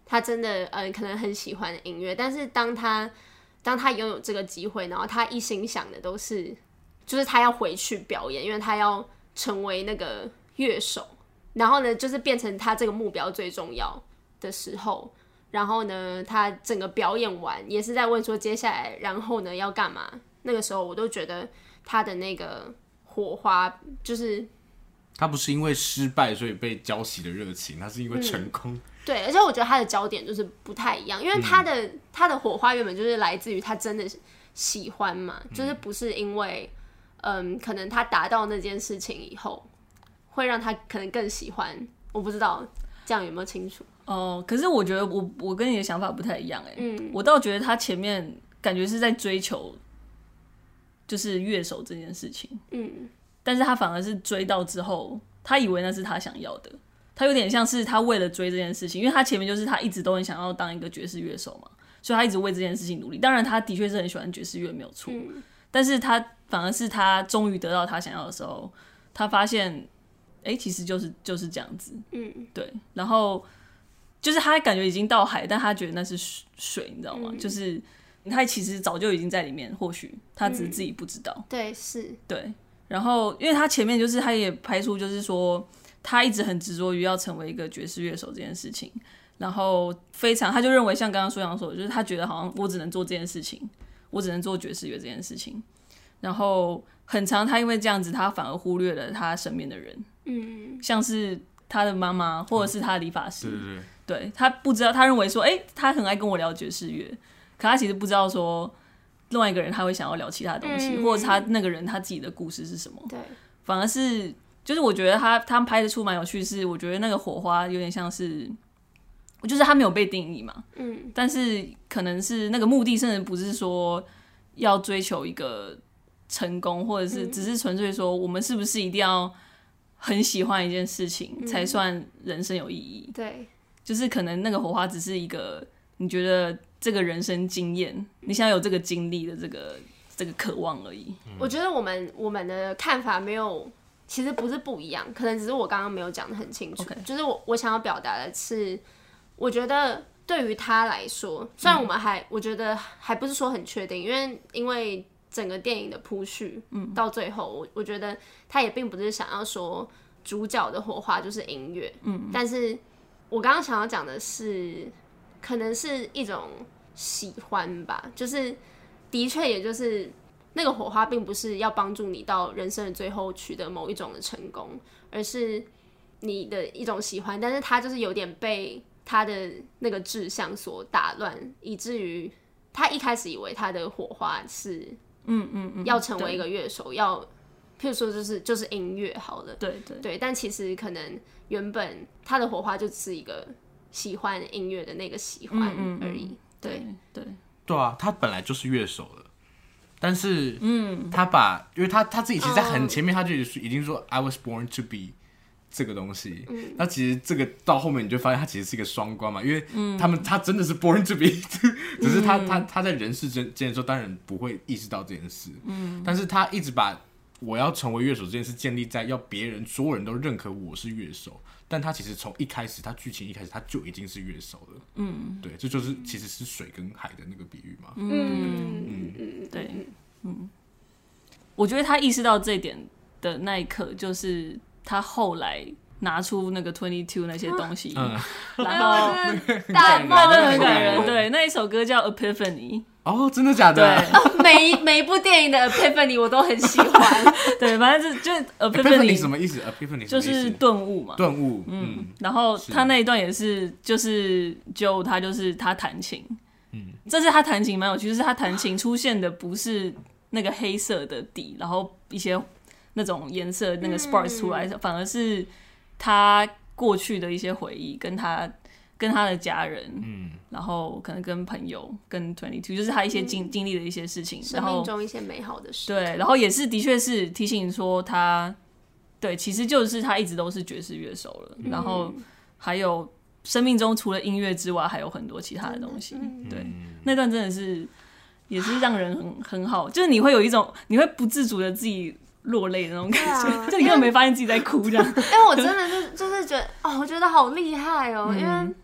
Speaker 3: 他真的可能很喜欢的音乐，但是当他拥有这个机会，然后他一心想的都是就是他要回去表演，因为他要成为那个乐手，然后呢就是变成他这个目标最重要的时候，然后呢他整个表演完也是在问说接下来然后呢要干嘛，那个时候我都觉得他的那个火花就是
Speaker 2: 他不是因为失败所以被浇熄的热情，他是因为成功。
Speaker 3: 对，而且我觉得他的焦点就是不太一样，因为他的火花原本就是来自于他真的喜欢嘛，就是不是因为可能他达到那件事情以后会让他可能更喜欢，我不知道这样有没有清楚
Speaker 1: 哦。可是我觉得我跟你的想法不太一样我倒觉得他前面感觉是在追求就是乐手这件事情，但是他反而是追到之后，他以为那是他想要的。他有点像是他为了追这件事情，因为他前面就是他一直都很想要当一个爵士乐手嘛，所以他一直为这件事情努力。当然他的确是很喜欢爵士乐没有错，但是他反而是他终于得到他想要的时候，他发现其实就是这样子，对。然后就是他感觉已经到海，但他觉得那是水，你知道吗？就是他其实早就已经在里面，或许他只是自己不知道。
Speaker 3: 对，是，
Speaker 1: 对。然后因为他前面就是他也拍出就是说他一直很执着于要成为一个爵士乐手这件事情，然后他就认为像刚刚苏阳说的，就是他觉得好像我只能做这件事情，我只能做爵士乐这件事情，然后很常他因为这样子他反而忽略了他身边的人，像是他的妈妈或者是他的理发师，对，他不知道，他认为说他很爱跟我聊爵士乐，可他其实不知道说另外一个人他会想要聊其他东西，或者他那个人他自己的故事是什么，
Speaker 3: 对，
Speaker 1: 反而是就是我觉得他们拍得出蛮有趣，是我觉得那个火花有点像是，就是他没有被定义嘛，但是可能是那个目的甚至不是说要追求一个成功，或者是只是纯粹说我们是不是一定要很喜欢一件事情才算人生有意义，
Speaker 3: 对，
Speaker 1: 就是可能那个火花只是一个你觉得这个人生经验，你想要有这个经历的这个渴望而已。
Speaker 3: 我觉得我们的看法没有，其实不是不一样，可能只是我刚刚没有讲得很清楚。Okay. 就是我想要表达的是，我觉得对于他来说，虽然我们我觉得还不是说很确定，因为整个电影的铺叙，到最后我觉得他也并不是想要说主角的火花就是音乐，但是我刚刚想要讲的是，可能是一种喜欢吧，就是的确也就是那个火花并不是要帮助你到人生的最后取得某一种的成功，而是你的一种喜欢，但是他就是有点被他的那个志向所打乱，以至于他一开始以为他的火花是要成为一个乐手，要譬如说就是音乐好了，对，但其实可能原本他的火花就只是一个喜欢音乐的那个喜欢而已，
Speaker 2: 对啊，他本来就是乐手了，但是因为他自己其实在很前面他就已经说 I was born to be 这个东西，那其实这个到后面你就发现他其实是一个双关嘛，因为他真的是 born to be 只是他在人世间的时候当然不会意识到这件事，但是他一直把我要成为乐手这件事建立在要别人所有人都认可我是乐手，但他其实从一开始他剧情一开始他就已经是乐手了，对，这就是其实是水跟海的那个比喻嘛，
Speaker 1: 对，我觉得他意识到这一点的那一刻就是他后来拿出那个 22那些东西，然后
Speaker 3: 大爆
Speaker 1: 那很感人，对，那一首歌叫 Epiphany。
Speaker 2: 哦，真的假的？
Speaker 3: 对，每一部电影的 Epiphany 我都很喜欢。
Speaker 1: 对，反正就
Speaker 2: Epiphany 什么意思 ？Epiphany
Speaker 1: 就是顿悟嘛。
Speaker 2: 顿悟，
Speaker 1: 然后他那一段也是，就是就他就是他弹琴，这是他弹琴蛮有趣，就是他弹琴出现的不是那个黑色的底，然后一些那种颜色那个 sparks 出来，反而是他过去的一些回忆，跟他的家人，然后可能跟朋友，跟22，就是他一些经历的一些事情，
Speaker 3: 生命中一些美好的事。
Speaker 1: 对，然后也是的确是提醒说他，对，其实就是他一直都是爵士乐手了，然后还有生命中除了音乐之外，还有很多其他的东西。对，那段真的是也是让人很好，就是你会有一种你会不自主的自己落泪的那种感觉，就你根本没发现自己在哭这样。
Speaker 3: 我真的就是觉得我觉得好厉害哦，因为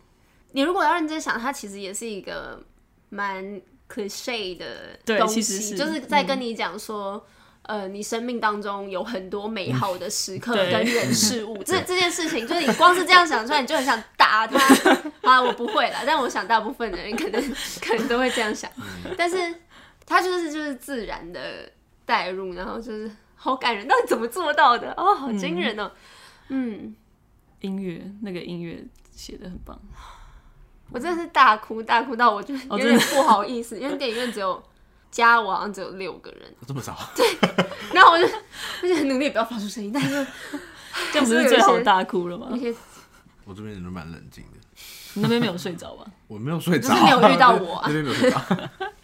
Speaker 3: 你如果要认真想，它其实也是一个蛮 cliché 的东西，
Speaker 1: 其实是
Speaker 3: 就是在跟你讲说。你生命当中有很多美好的时刻跟人事物，这件事情，就是你光是这样想出来，你就很想打他。啊，我不会啦，但我想大部分的人可能都会这样想。但是他就是自然的带入，然后就是好感人，到底怎么做到的？哦，好惊人哦。
Speaker 1: 那个音乐写得很棒，
Speaker 3: 我真的是大哭到我就有点不好意思，因为电影院加我好像只有6个人，
Speaker 2: 这么少？
Speaker 3: 对，然后我就很努力不要发出声音，但是
Speaker 1: 这样不是最好大哭了吗？
Speaker 2: 我这边人都蛮冷静的，
Speaker 1: 你那边没有睡着吧？
Speaker 2: 我没有睡着，
Speaker 3: 就是没有遇到我啊，
Speaker 2: 这边没有睡着。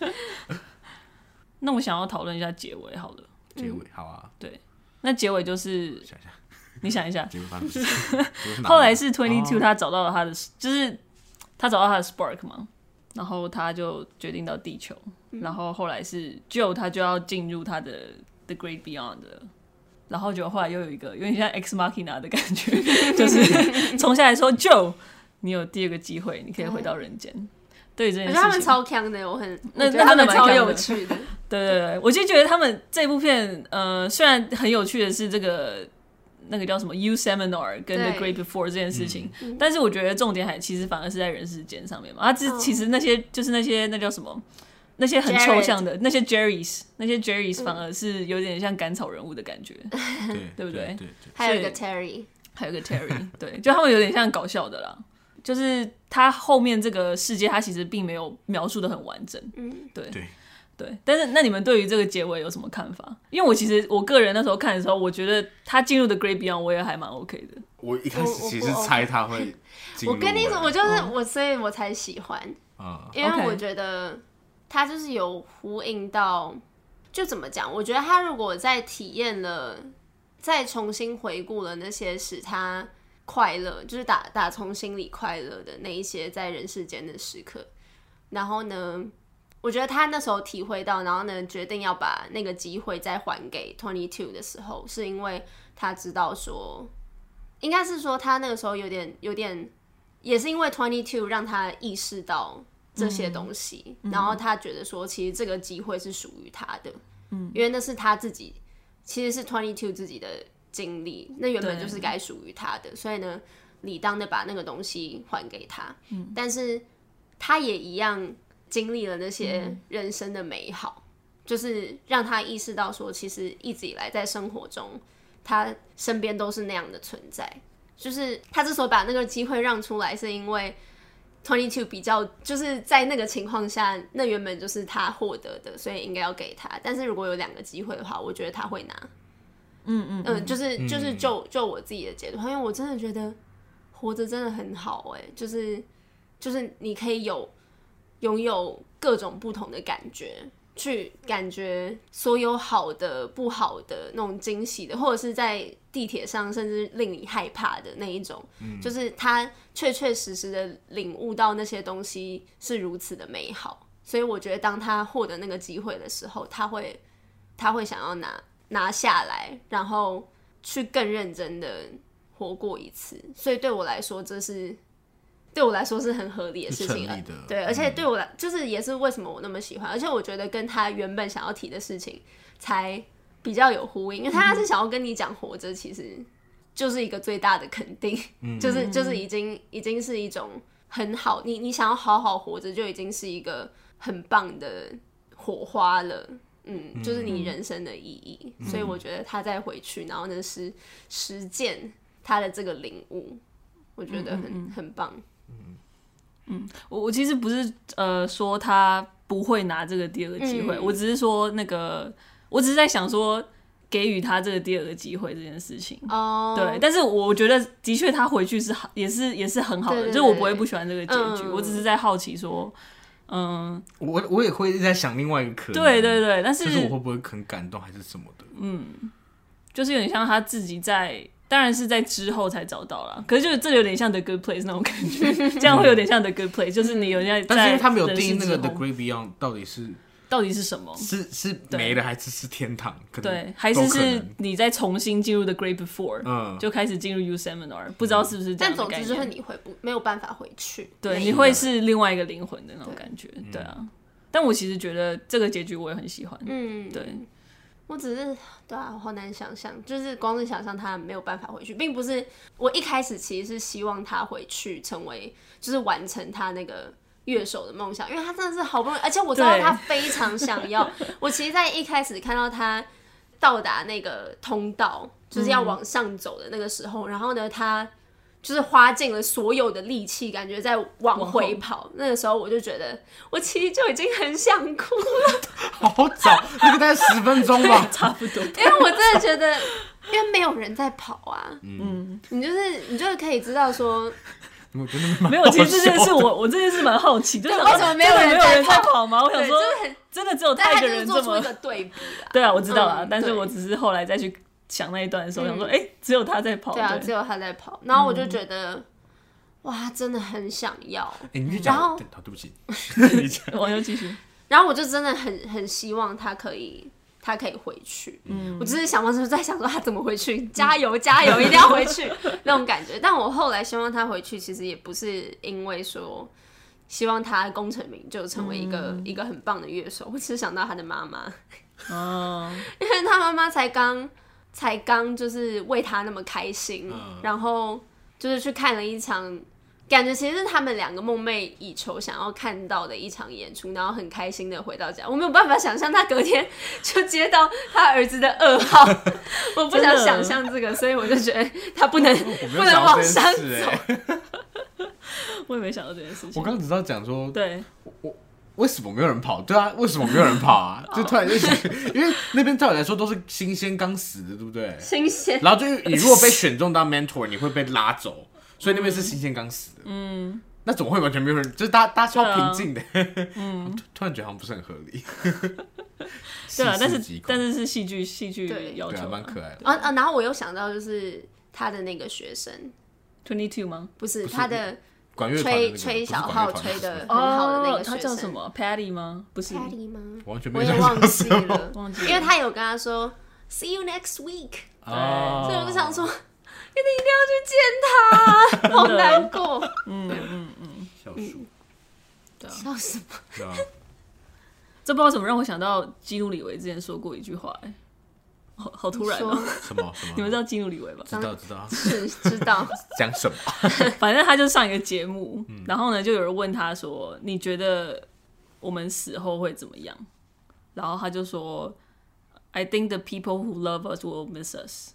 Speaker 1: 那我想要讨论一下结尾好了。
Speaker 2: 结尾好啊，
Speaker 1: 对，那结尾就是
Speaker 2: 想一下，
Speaker 1: 你想一下，
Speaker 2: 结尾发生什么事？
Speaker 1: 后来是 22 他找到了他的，就是他找到他的 spark 嘛。然后他就决定到地球，然后后来是 Joe 他就要进入他的 The Great Beyond 了，然后就后来又有一个有点像 Ex Machina 的感觉，就是冲下来说 Joe 你有第2个机会，你可以回到人间。对这件事情，
Speaker 3: 我觉得他们超强的，我觉
Speaker 1: 得
Speaker 3: 他们超有趣的。
Speaker 1: 对，我就觉得他们这部片虽然很有趣的是那个叫什么 U Seminar 跟 The Great Before 这件事情，但是我觉得重点其实反而是在人世间上面嘛。其实那些就是那叫什么，那些很抽象的那些 Jerrys 反而是有点像甘草人物的感觉，对不对？
Speaker 3: 还有一个 Terry，
Speaker 1: 对，就他们有点像搞笑的啦。就是他后面这个世界，他其实并没有描述的很完整，对，但是那你们对于这个结尾有什么看法？因为我个人那时候看的时候，我觉得他进入的 Great Beyond 我也还蛮 OK 的。
Speaker 2: 我一开始其实猜他会进入，
Speaker 3: 我跟你说，我就是所以我才喜欢，因为我觉得他就是有呼应到，就怎么讲？我觉得他如果在体验了，再重新回顾了那些使他快乐，就是打从心里快乐的那一些在人世间的时刻，然后呢？我觉得他那时候体会到，然后呢，决定要把那个机会再还给 22 的时候，是因为他知道说，应该是说他那个时候有点，也是因为22让他意识到这些东西，然后他觉得说，其实这个机会是属于他的，因为那是他自己，其实是22自己的经历，那原本就是该属于他的，所以呢，理当的把那个东西还给他，但是他也一样。经历了那些人生的美好，就是让他意识到说，其实一直以来在生活中，他身边都是那样的存在。就是他之所以把那个机会让出来，是因为22比较就是在那个情况下，那原本就是他获得的，所以应该要给他。但是如果有2个机会的话，我觉得他会拿。就是就我自己的解读，因为我真的觉得活着真的很好就是你可以拥有各种不同的感觉，去感觉所有好的、不好的那种惊喜的，或者是在地铁上甚至令你害怕的那一种，就是他确实的领悟到那些东西是如此的美好。所以我觉得，当他获得那个机会的时候，他会想要拿下来，然后去更认真的活过一次。所以对我来说，对我来说是很合理的事情，对，而且对我来就是也是为什么我那么喜欢，而且我觉得跟他原本想要提的事情才比较有呼应，因为他是想要跟你讲活着其实就是一个最大的肯定，就是已经是一种很好，你想要好好活着就已经是一个很棒的火花了，就是你人生的意义，所以我觉得他再回去，然后呢是实践他的这个领悟，我觉得很棒。
Speaker 1: 我其实不是说他不会拿这个第2个机会，我只是说我只是在想说给予他这个第2个机会这件事情。对，但是我觉得的确他回去也是很好的，就是我不会不喜欢这个结局，我只是在好奇说，
Speaker 2: 我也会在想另外一个可能，
Speaker 1: 对，但是
Speaker 2: 就是我会不会很感动还是什么的，
Speaker 1: 就是有点像他自己当然是在之后才找到啦，可是就是这有点像 The Good Place 那种感觉，这样会有点像 The Good Place， 就是你有点在，
Speaker 2: 但是因为他没有定义那个 The Great Beyond 到底是
Speaker 1: 到底是什么？
Speaker 2: 是没了还是天堂？可能
Speaker 1: 对，还是你再重新进入 The Great Before，就开始进入 U Seminar，不知道是不是这样的概念。
Speaker 3: 但总之就是你没有办法回去，
Speaker 1: 对，你会是另外一个灵魂的那种感觉，对啊。但我其实觉得这个结局我也很喜欢，对。
Speaker 3: 我只是对啊，好难想象，就是光是想象他没有办法回去，并不是我一开始其实是希望他回去成为，就是完成他那个乐手的梦想，因为他真的是好不容易，而且我知道他非常想要。我其实，在一开始看到他到达那个通道，就是要往上走的那个时候，然后呢，他就是花尽了所有的力气，感觉在往回跑。那个时候我就觉得，我其实就已经很想哭了。
Speaker 2: 好早，那个大概10分钟吧，
Speaker 1: 差不多。
Speaker 3: 因为我真的觉得，因为没有人在跑啊，你就是可以知道说。
Speaker 2: 没
Speaker 1: 有，其实这件事我这件事蛮好奇，就是
Speaker 3: 为什么没有人在
Speaker 1: 跑吗？我想说，真的只有他一个人这么
Speaker 3: 做出一个对比啦。
Speaker 1: 对啊，我知道啦，但是我只是后来再去想那一段的时候，想说，只有他在跑。
Speaker 3: 对啊，只有他在跑。然后我就觉得，哇，真的很想要。
Speaker 2: 你然后对不起，
Speaker 1: 网友继续。
Speaker 3: 然后我就真的很希望他可以回去。我只是想方设法在想说他怎么回去，加油加油，一定要回去那种感觉。但我后来希望他回去，其实也不是因为说希望他功成名就成为一个很棒的乐手，我只是想到他的妈妈。因为他妈妈才刚就是为他那么开心，然后就是去看了一场。感觉其实是他们两个梦寐以求想要看到的一场演出，然后很开心的回到家。我没有办法想象他隔天就接到他儿子的噩耗，我不想想象这个，所以我就觉得他不能往上走。
Speaker 1: 我也没想到这件事情。
Speaker 2: 我刚刚只知道讲说，
Speaker 1: 对，
Speaker 2: 我为什么没有人跑？对啊，为什么没有人跑啊？就突然就想，因为那边照理来说都是新鲜刚死的，对不对？
Speaker 3: 新鲜。
Speaker 2: 然后就是你如果被选中当 mentor， 你会被拉走。所以那边是新鲜刚死的，那怎么会完全没有人？就是大家超平静的，突然觉得好像不是很合理。
Speaker 1: 对啊，但是戏剧要求，
Speaker 2: 蛮可爱的
Speaker 3: 然后我又想到就是他的那个学生
Speaker 1: 22 吗？
Speaker 3: 不是他的
Speaker 2: 管乐团
Speaker 3: 吹小号吹的很好的那个学生，
Speaker 1: 他叫什么 ？Patty 吗？不是
Speaker 3: Patty 吗？
Speaker 2: 我
Speaker 3: 也忘记了，因为他有跟他说 "See you next week"， 所以我就想说。一定要去见他，好难过。
Speaker 2: 笑鼠，
Speaker 3: 笑什么？
Speaker 2: 对啊，
Speaker 1: 这不知道怎么让我想到基努里维之前说过一句话，好突然哦。
Speaker 2: 什么？
Speaker 1: 你们知道基努里维吧？
Speaker 2: 知道。
Speaker 3: 知道。
Speaker 2: 讲什么？
Speaker 1: 反正他就上一个节目，然后呢，就有人问他说：“你觉得我们死后会怎么样？”然后他就说 ：“I think the people who love us will miss us。”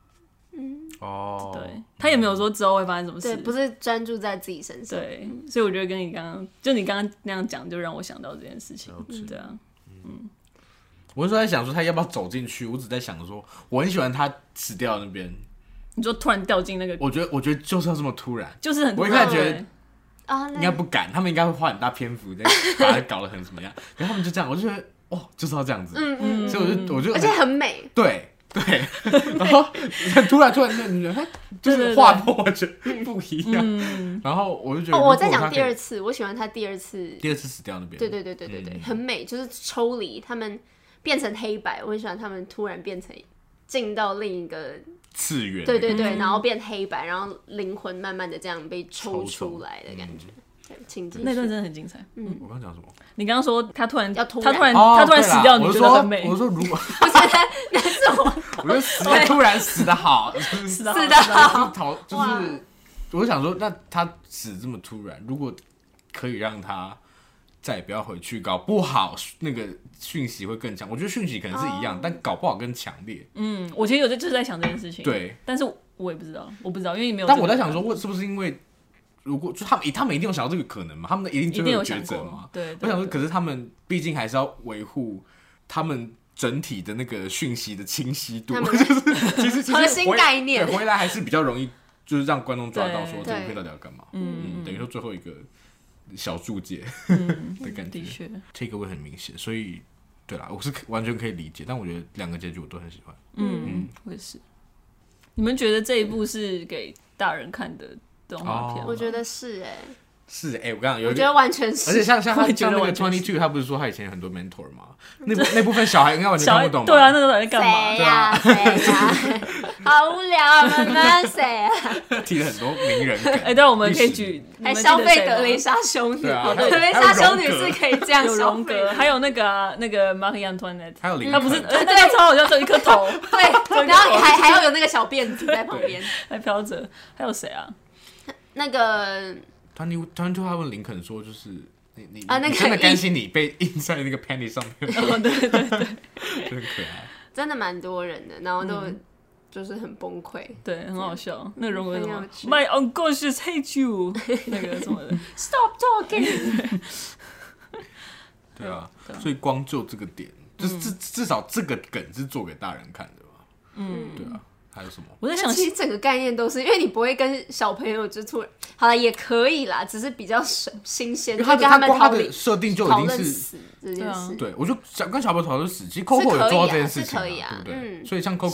Speaker 1: 对，他也没有说之后会发生什么事，
Speaker 3: 对，不是专注在自己身上。
Speaker 1: 对，所以我觉得跟你刚刚那样讲，就让我想到这件事情。对啊，
Speaker 2: 我是在想说他要不要走进去，我只在想说，我很喜欢他死掉那边。
Speaker 1: 你说突然掉进那个，
Speaker 2: 我觉得就是要这么突然，
Speaker 1: 就是很突然。
Speaker 2: 我一开始觉得应该不敢，他们应该会花很大篇幅在把它搞得很怎么样，然后他们就这样，我就觉得就是要这样子，所以我就
Speaker 3: 而且很美，
Speaker 2: 对。然后突然就是画风完全不一样，然后我就觉得
Speaker 3: 我在讲第二次，我喜欢他第二次
Speaker 2: 死掉那边，
Speaker 3: 对，很美，就是抽离他们变成黑白，我很喜欢他们突然变成进到另一个
Speaker 2: 次元，
Speaker 3: 对，然后变黑白，然后灵魂慢慢的这样被抽出来的感觉。
Speaker 1: 那段真的很精彩。
Speaker 2: 我刚讲什么？
Speaker 1: 你刚刚说他突然
Speaker 2: 死
Speaker 1: 掉，你觉得很美？
Speaker 2: 我说如果
Speaker 3: 不是，那是
Speaker 2: 我觉得突然死得好，
Speaker 3: 死得好，
Speaker 2: 就是我就想说，那他死这么突然，如果可以让他再也不要回去，搞不好那个讯息会更强。我觉得讯息可能是一样，但搞不好更强烈。
Speaker 1: 我其实就是在想这件事情。
Speaker 2: 对，
Speaker 1: 但是我也不知道，因为没有。
Speaker 2: 但我在想说，是不是因为？如果就他们一定有想到这个可能嘛？他们一定就会有抉择嘛？
Speaker 1: 对，
Speaker 2: 我想说，可是他们毕竟还是要维护他们整体的那个讯息的清晰度，就是其实
Speaker 3: 核心概念
Speaker 2: 回来还是比较容易，就是让观众抓到说这部片到底要干嘛。等于说最后一个小注解的感觉，的确这个会很明显。所以对啦，我是完全可以理解，但我觉得两个结局我都很喜欢。
Speaker 1: 我也是。你们觉得这一部是给大人看的动画片？
Speaker 3: 我觉得是
Speaker 2: 是我刚刚有，
Speaker 3: 我觉得完全是，
Speaker 2: 而且像那个 22， 他不是说他以前有很多 mentor 吗？那部分小孩应该完全看不懂吧？
Speaker 1: 对啊，那个在干嘛？
Speaker 3: 谁呀？好无聊啊！妈妈谁啊？
Speaker 2: 提了很多名人梗。
Speaker 1: 对，我们可以举，
Speaker 3: 还消费德蕾莎修女，德蕾莎修女是可以这样消费，
Speaker 1: 还有那个 Marie Antoinette，
Speaker 2: 还有
Speaker 1: 他不是那个超好笑，就一颗头，
Speaker 3: 对，然后还要有那个小辫子在旁边，
Speaker 1: 还飘着。还有谁啊？
Speaker 3: 那个。
Speaker 2: 22他问林肯说，就是你
Speaker 3: 那个
Speaker 2: 真的甘心你被印在那个 penny 上面吗？
Speaker 1: 对，真的
Speaker 2: 可爱，
Speaker 3: 真的蛮多人的，然后都就是很崩溃，
Speaker 1: 对，很好笑。那个荣格什么 My unconscious hate you， 那个什么的
Speaker 3: Stop talking
Speaker 2: 对啊，所以光就这个点，至少这个梗是做给大人看的吧？对啊。还有什么？
Speaker 1: 我在想，
Speaker 3: 其实整个概念都是因为你不会跟小朋友就突然好了，也可以啦，只是比较新鲜，就跟他们
Speaker 2: 他的设定就已经是
Speaker 3: 死这件事。
Speaker 2: 对，我就想跟小朋友讨论死，其实 Coco 有做到这件事情，
Speaker 3: 可以啊，
Speaker 2: 对不对？所以像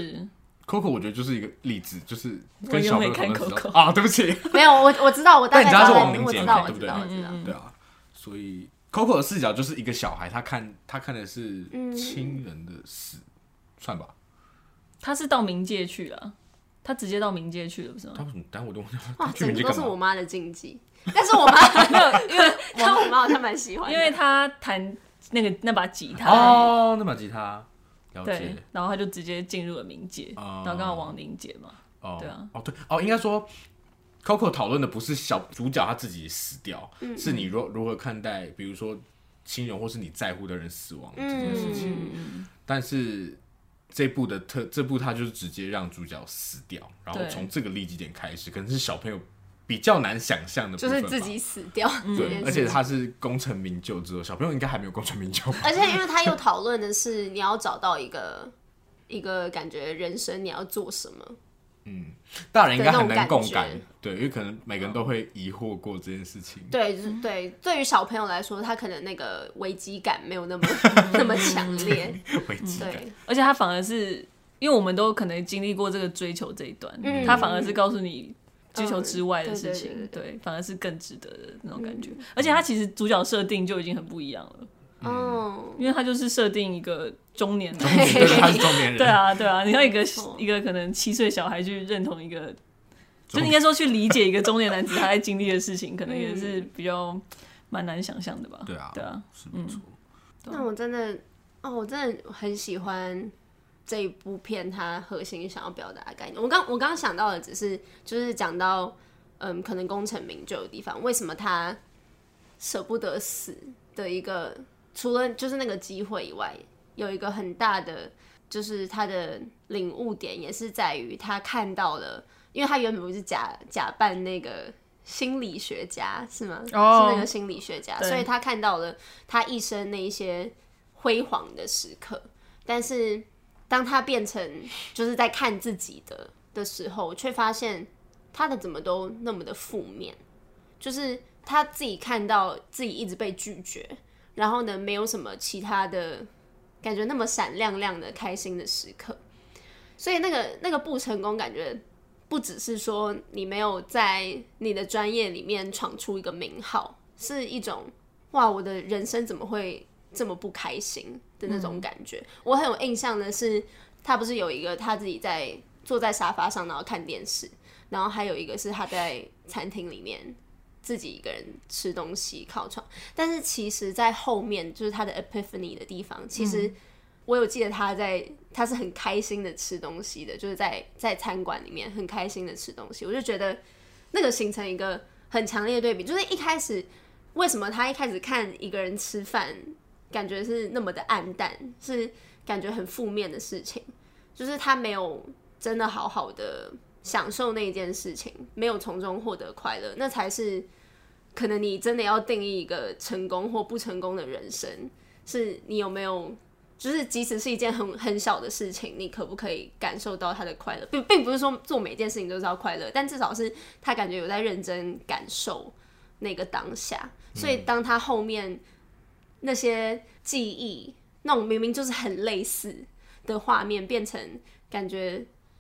Speaker 2: Coco， 我觉得就是一个例子，就是跟小朋友讨论死啊，对不起，
Speaker 3: 没有，我知道，我大概
Speaker 2: 知道是王明杰嘛，
Speaker 3: 对不对？
Speaker 2: 对啊，所以 Coco 的视角就是一个小孩，他看的是亲人的死，算吧。
Speaker 1: 他是到冥界去了。他直接到冥界去了，不是吗？
Speaker 2: 他为什么？但我都
Speaker 3: 哇，整个都是我妈的禁忌。但是我妈没有，因为我妈好像蛮喜欢的，
Speaker 1: 因为他弹那把吉他
Speaker 2: 哦，那把吉他，了解。
Speaker 1: 对，然后他就直接进入了冥界，然后刚好亡灵节嘛，对啊，
Speaker 2: 应该说 Coco 讨论的不是小主角他自己死掉，是你如何看待，比如说亲人或是你在乎的人死亡这件事情，但是。这部他就是直接让主角死掉，然后从这个立基点开始，可能是小朋友比较难想象的部分吧，
Speaker 3: 就是自己死掉。
Speaker 2: 对，而且他是功成名就之后，小朋友应该还没有功成名就吧。
Speaker 3: 而且因为他又讨论的是你要找到一个感觉人生你要做什么。
Speaker 2: 大人应该很难共感，对，因为可能每个人都会疑惑过这件事情。
Speaker 3: 对，对于小朋友来说，他可能那个危机感没有那么强烈。
Speaker 2: 危机感，
Speaker 1: 而且他反而是因为我们都可能经历过这个追求这一段，他反而是告诉你追求之外的事情，对，反而是更值得的那种感觉。而且他其实主角设定就已经很不一样了。因为他就是设定一个中年人，
Speaker 2: 他是中年人，
Speaker 1: 对啊，你要一个可能7岁小孩去认同一个，就应该说去理解一个中年男子他在经历的事情，可能也是比较蛮难想象的吧。
Speaker 2: 对啊，是没错。
Speaker 3: 但我真的很喜欢这一部片，它核心想要表达的概念。我刚想到的只是就是讲到可能功成名就的地方，为什么他舍不得死的一个。除了就是那个机会以外，有一个很大的就是他的领悟点，也是在于他看到了，因为他原本不是假扮那个心理学家是吗？是那个心理学家，所以他看到了他一生那一些辉煌的时刻，但是当他变成就是在看自己的时候，却发现他的怎么都那么的负面，就是他自己看到自己一直被拒绝。然后呢，没有什么其他的感觉那么闪亮亮的开心的时刻，所以那个不成功，感觉不只是说你没有在你的专业里面闯出一个名号，是一种哇，我的人生怎么会这么不开心的那种感觉。我很有印象的是，他不是有一个他自己坐在沙发上然后看电视，然后还有一个是他在餐厅里面。自己一个人吃东西靠窗，但是其实在后面就是他的 epiphany 的地方，其实我有记得他是很开心的吃东西的，就是在餐馆里面很开心的吃东西，我就觉得那个形成一个很强烈的对比，就是一开始为什么他一开始看一个人吃饭感觉是那么的暗淡，是感觉很负面的事情，就是他没有真的好好的享受那一件事情，没有从中获得快乐，那才是可能你真的要定义一个成功或不成功的人生，是你有没有，就是即使是一件很小的事情，你可不可以感受到他的快乐，并不是说做每件事情都是要快乐，但至少是他感觉有在认真感受那个当下。所以当他后面那些记忆，那种明明就是很类似的画面，变成感觉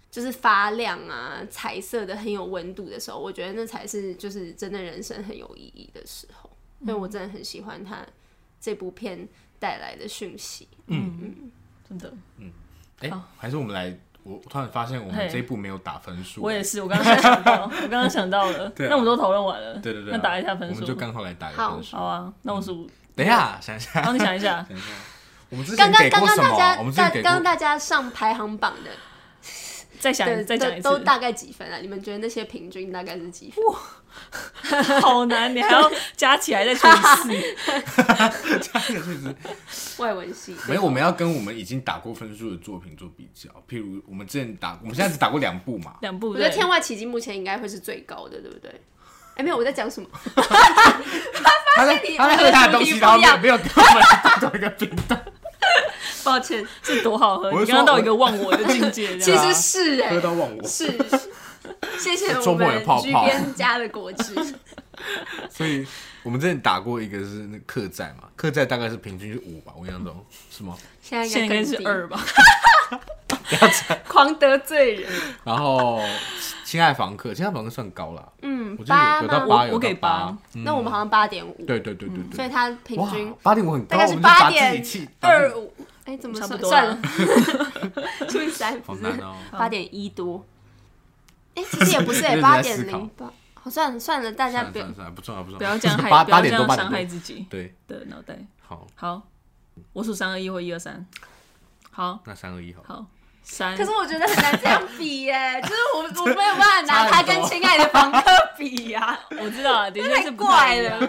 Speaker 3: 就是发亮啊，彩色的很有温度的时候，我觉得那才是就是真的人生很有意义的时候。所以我真的很喜欢他这部片带来的讯息。
Speaker 1: 真的。
Speaker 2: 还是我们来。我突然发现我们这一部没有打分数。
Speaker 1: 我也是，我刚刚想到了。那我们都讨论完了。
Speaker 2: 对，
Speaker 1: 那打一下分数。
Speaker 2: 我们就刚好来打一个分数。
Speaker 1: 好啊，那我数。
Speaker 2: 等一下，想一下。
Speaker 1: 然后你想一下。
Speaker 2: 我们之前给过什么？我们之前给过。
Speaker 3: 刚刚大家上排行榜的。
Speaker 1: 再讲一次，
Speaker 3: 都大概几分啊？你们觉得那些平均大概是几分？
Speaker 1: 哇，好难，你还要加起来再除以4，
Speaker 2: 加起来除以4。
Speaker 3: 外文系
Speaker 2: 没有，我们要跟我们已经打过分数的作品做比较。譬如我们之前我们现在只打过2部嘛
Speaker 1: ，2部。
Speaker 3: 我觉得《天外奇迹》目前应该会是最高的，对不对？没有，我在讲什么？
Speaker 2: 他在喝他的东西，然后没有跟我们同一个频道。
Speaker 3: 抱歉，
Speaker 1: 这多好喝！你刚刚到一个忘我的境界，
Speaker 3: 其实是
Speaker 2: 喝到忘我，
Speaker 3: 是谢谢我们居边家的果汁。
Speaker 2: 所以我们之前打过一个是那客栈嘛，客栈大概是平均是5吧，我印象中是吗？
Speaker 1: 现在应该是2吧。
Speaker 2: 不要讲，
Speaker 3: 狂得罪人。
Speaker 2: 然后亲爱房客算高了，
Speaker 3: 我
Speaker 2: 记得有到8，
Speaker 1: 我给8。
Speaker 3: 那我们好像8.5。
Speaker 2: 对，
Speaker 3: 所以它平均
Speaker 2: 8.5很高，
Speaker 3: 大概是8.25。怎么算了？除以3，
Speaker 2: 好难哦
Speaker 3: ，8.1多。其实也不是8.08。好，算了，大家不
Speaker 1: 要这样伤害自己的脑袋。好，我数3、2、1或1、2、3。好，
Speaker 2: 那3、2、1
Speaker 1: 好。3。
Speaker 3: 可是我觉得很难这样比耶，就是我没有办法拿他跟亲爱的房客比呀。
Speaker 1: 我知道了，的确是
Speaker 3: 怪了。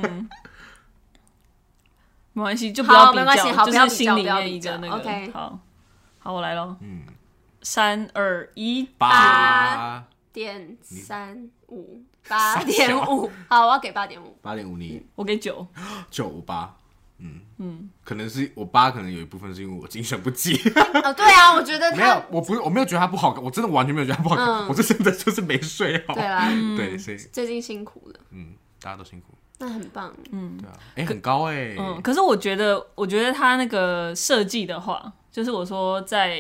Speaker 1: 没关系，就不要比
Speaker 3: 较，
Speaker 1: 就是心里面一个那个。
Speaker 3: OK，
Speaker 1: 好，我来咯。3、2、1，
Speaker 3: 8.35，8.5。好，我要给8.5。
Speaker 2: 8.5你？
Speaker 1: 我给9。
Speaker 2: 9、8。可能是我8，可能有一部分是因为我精选不济。
Speaker 3: 对啊，我觉得
Speaker 2: 没有，我没有觉得他不好看，我真的完全没有觉得他不好看，我是真的就是没睡好。
Speaker 3: 对啦，
Speaker 2: 对，所以
Speaker 3: 最近辛苦了。
Speaker 2: 大家都辛苦。
Speaker 3: 那很棒。
Speaker 2: 对啊，很高哎。
Speaker 1: 可是我觉得他那个设计的话，就是我说在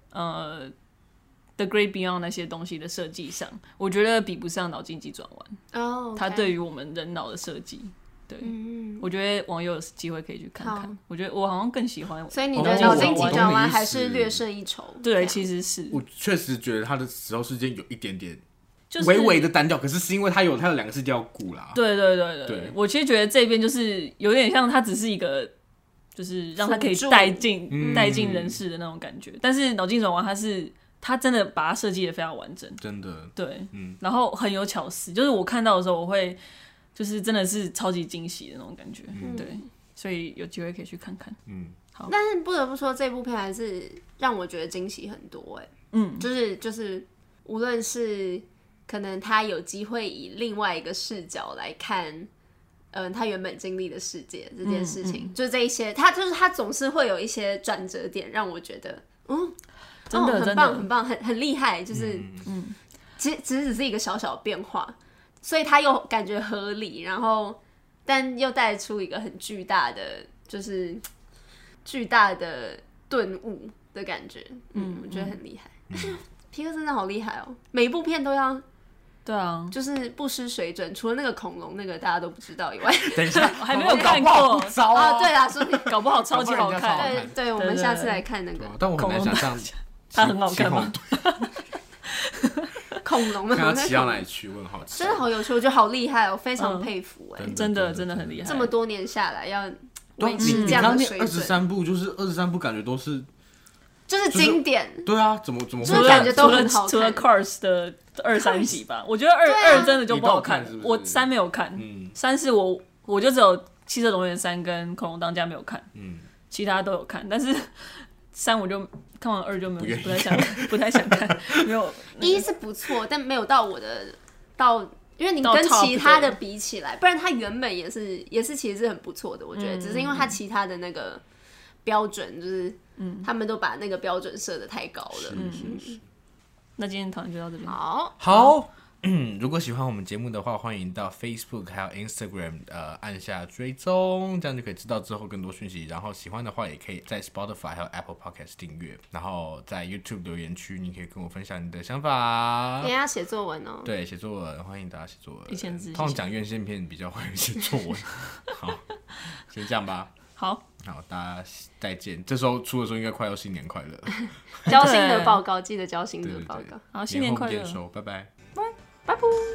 Speaker 1: The Great Beyond 那些东西的设计上，我觉得比不上脑筋急转弯。它对于我们人脑的设计。对，我觉得网友有机会可以去看看。我觉得我好像更喜欢。
Speaker 3: 所以你的脑筋急转弯还是略胜一筹。
Speaker 1: 对，其实是。
Speaker 2: 我确实觉得他的死后事件有一点点微微的单调，可是因为他有2个世界要顾啦。
Speaker 1: 对，我其实觉得这边就是有点像他只是一个，就是让他可以带进人世的那种感觉。但是脑筋转弯他真的把它设计的非常完整，
Speaker 2: 真的。
Speaker 1: 对，然后很有巧思，就是我看到的时候我会。就是真的是超级惊喜的那种感觉，对，所以有机会可以去看看。好。
Speaker 3: 但是不得不说，这部片还是让我觉得惊喜很多就是无论是可能他有机会以另外一个视角来看，他原本经历的世界这件事情，就这一些，他总是会有一些转折点，让我觉得，
Speaker 1: 真的
Speaker 3: 很棒，很棒，很厉害，就是其实只是一个小小的变化。所以他又感觉合理，然后但又带出一个很巨大的，就是巨大的顿悟的感觉。我觉得很厉害。皮克真的好厉害哦，每一部片都要，
Speaker 1: 对啊，
Speaker 3: 就是不失水准。除了那个恐龙那个大家都不知道以外，
Speaker 2: 等一下
Speaker 1: 我还没有看过。
Speaker 3: 对啦，所以
Speaker 1: 搞不好超级好看。
Speaker 3: 对，我们下次来看那个。
Speaker 2: 但我很难想象
Speaker 1: 它很好看吗？
Speaker 3: 恐龙的，
Speaker 2: 看他骑到哪里去，我很好奇。
Speaker 3: 真的好有趣，我觉得好厉害哦，非常佩服
Speaker 1: 真的很厉害。
Speaker 3: 这么多年下来，要维持这样的水准。
Speaker 2: 23部就是23部，感觉都是
Speaker 3: 就是经典。
Speaker 2: 对啊，怎么会？
Speaker 3: 就是感觉都很好看。
Speaker 1: 除了 Cars 的2、3集吧，我觉得2真的就不好看。我3没有看，3是我就只有汽车总动员3跟恐龙当家没有看，其他都有看，但是3我就看完2就没有不太想看，没有。
Speaker 3: 1是不错，但没有到我的因为你跟其他的比起来，不然它原本也是其实是很不错的，我觉得，只是因为它其他的那个标准就是他们都把那个标准设得太高了。
Speaker 1: 那今天讨论就到这边。
Speaker 2: 好， 如果喜欢我们节目的话，欢迎到 Facebook 还有 Instagram 按下追踪，这样就可以知道之后更多讯息。然后喜欢的话，也可以在 Spotify 还有 Apple Podcast 订阅。然后在 YouTube 留言区，你可以跟我分享你的想法。
Speaker 3: 也要写作文哦。
Speaker 2: 对，写作文，欢迎大家写作文。
Speaker 1: 1000字。
Speaker 2: 通常讲院线片比较会写作文。好，先这样吧。
Speaker 1: 好，
Speaker 2: 大家再见。这时候出的时候应该快要新年快乐。
Speaker 3: 交心得报告，记得交心得报告。
Speaker 1: 好，新年快乐。
Speaker 2: 拜拜。
Speaker 3: 拜拜。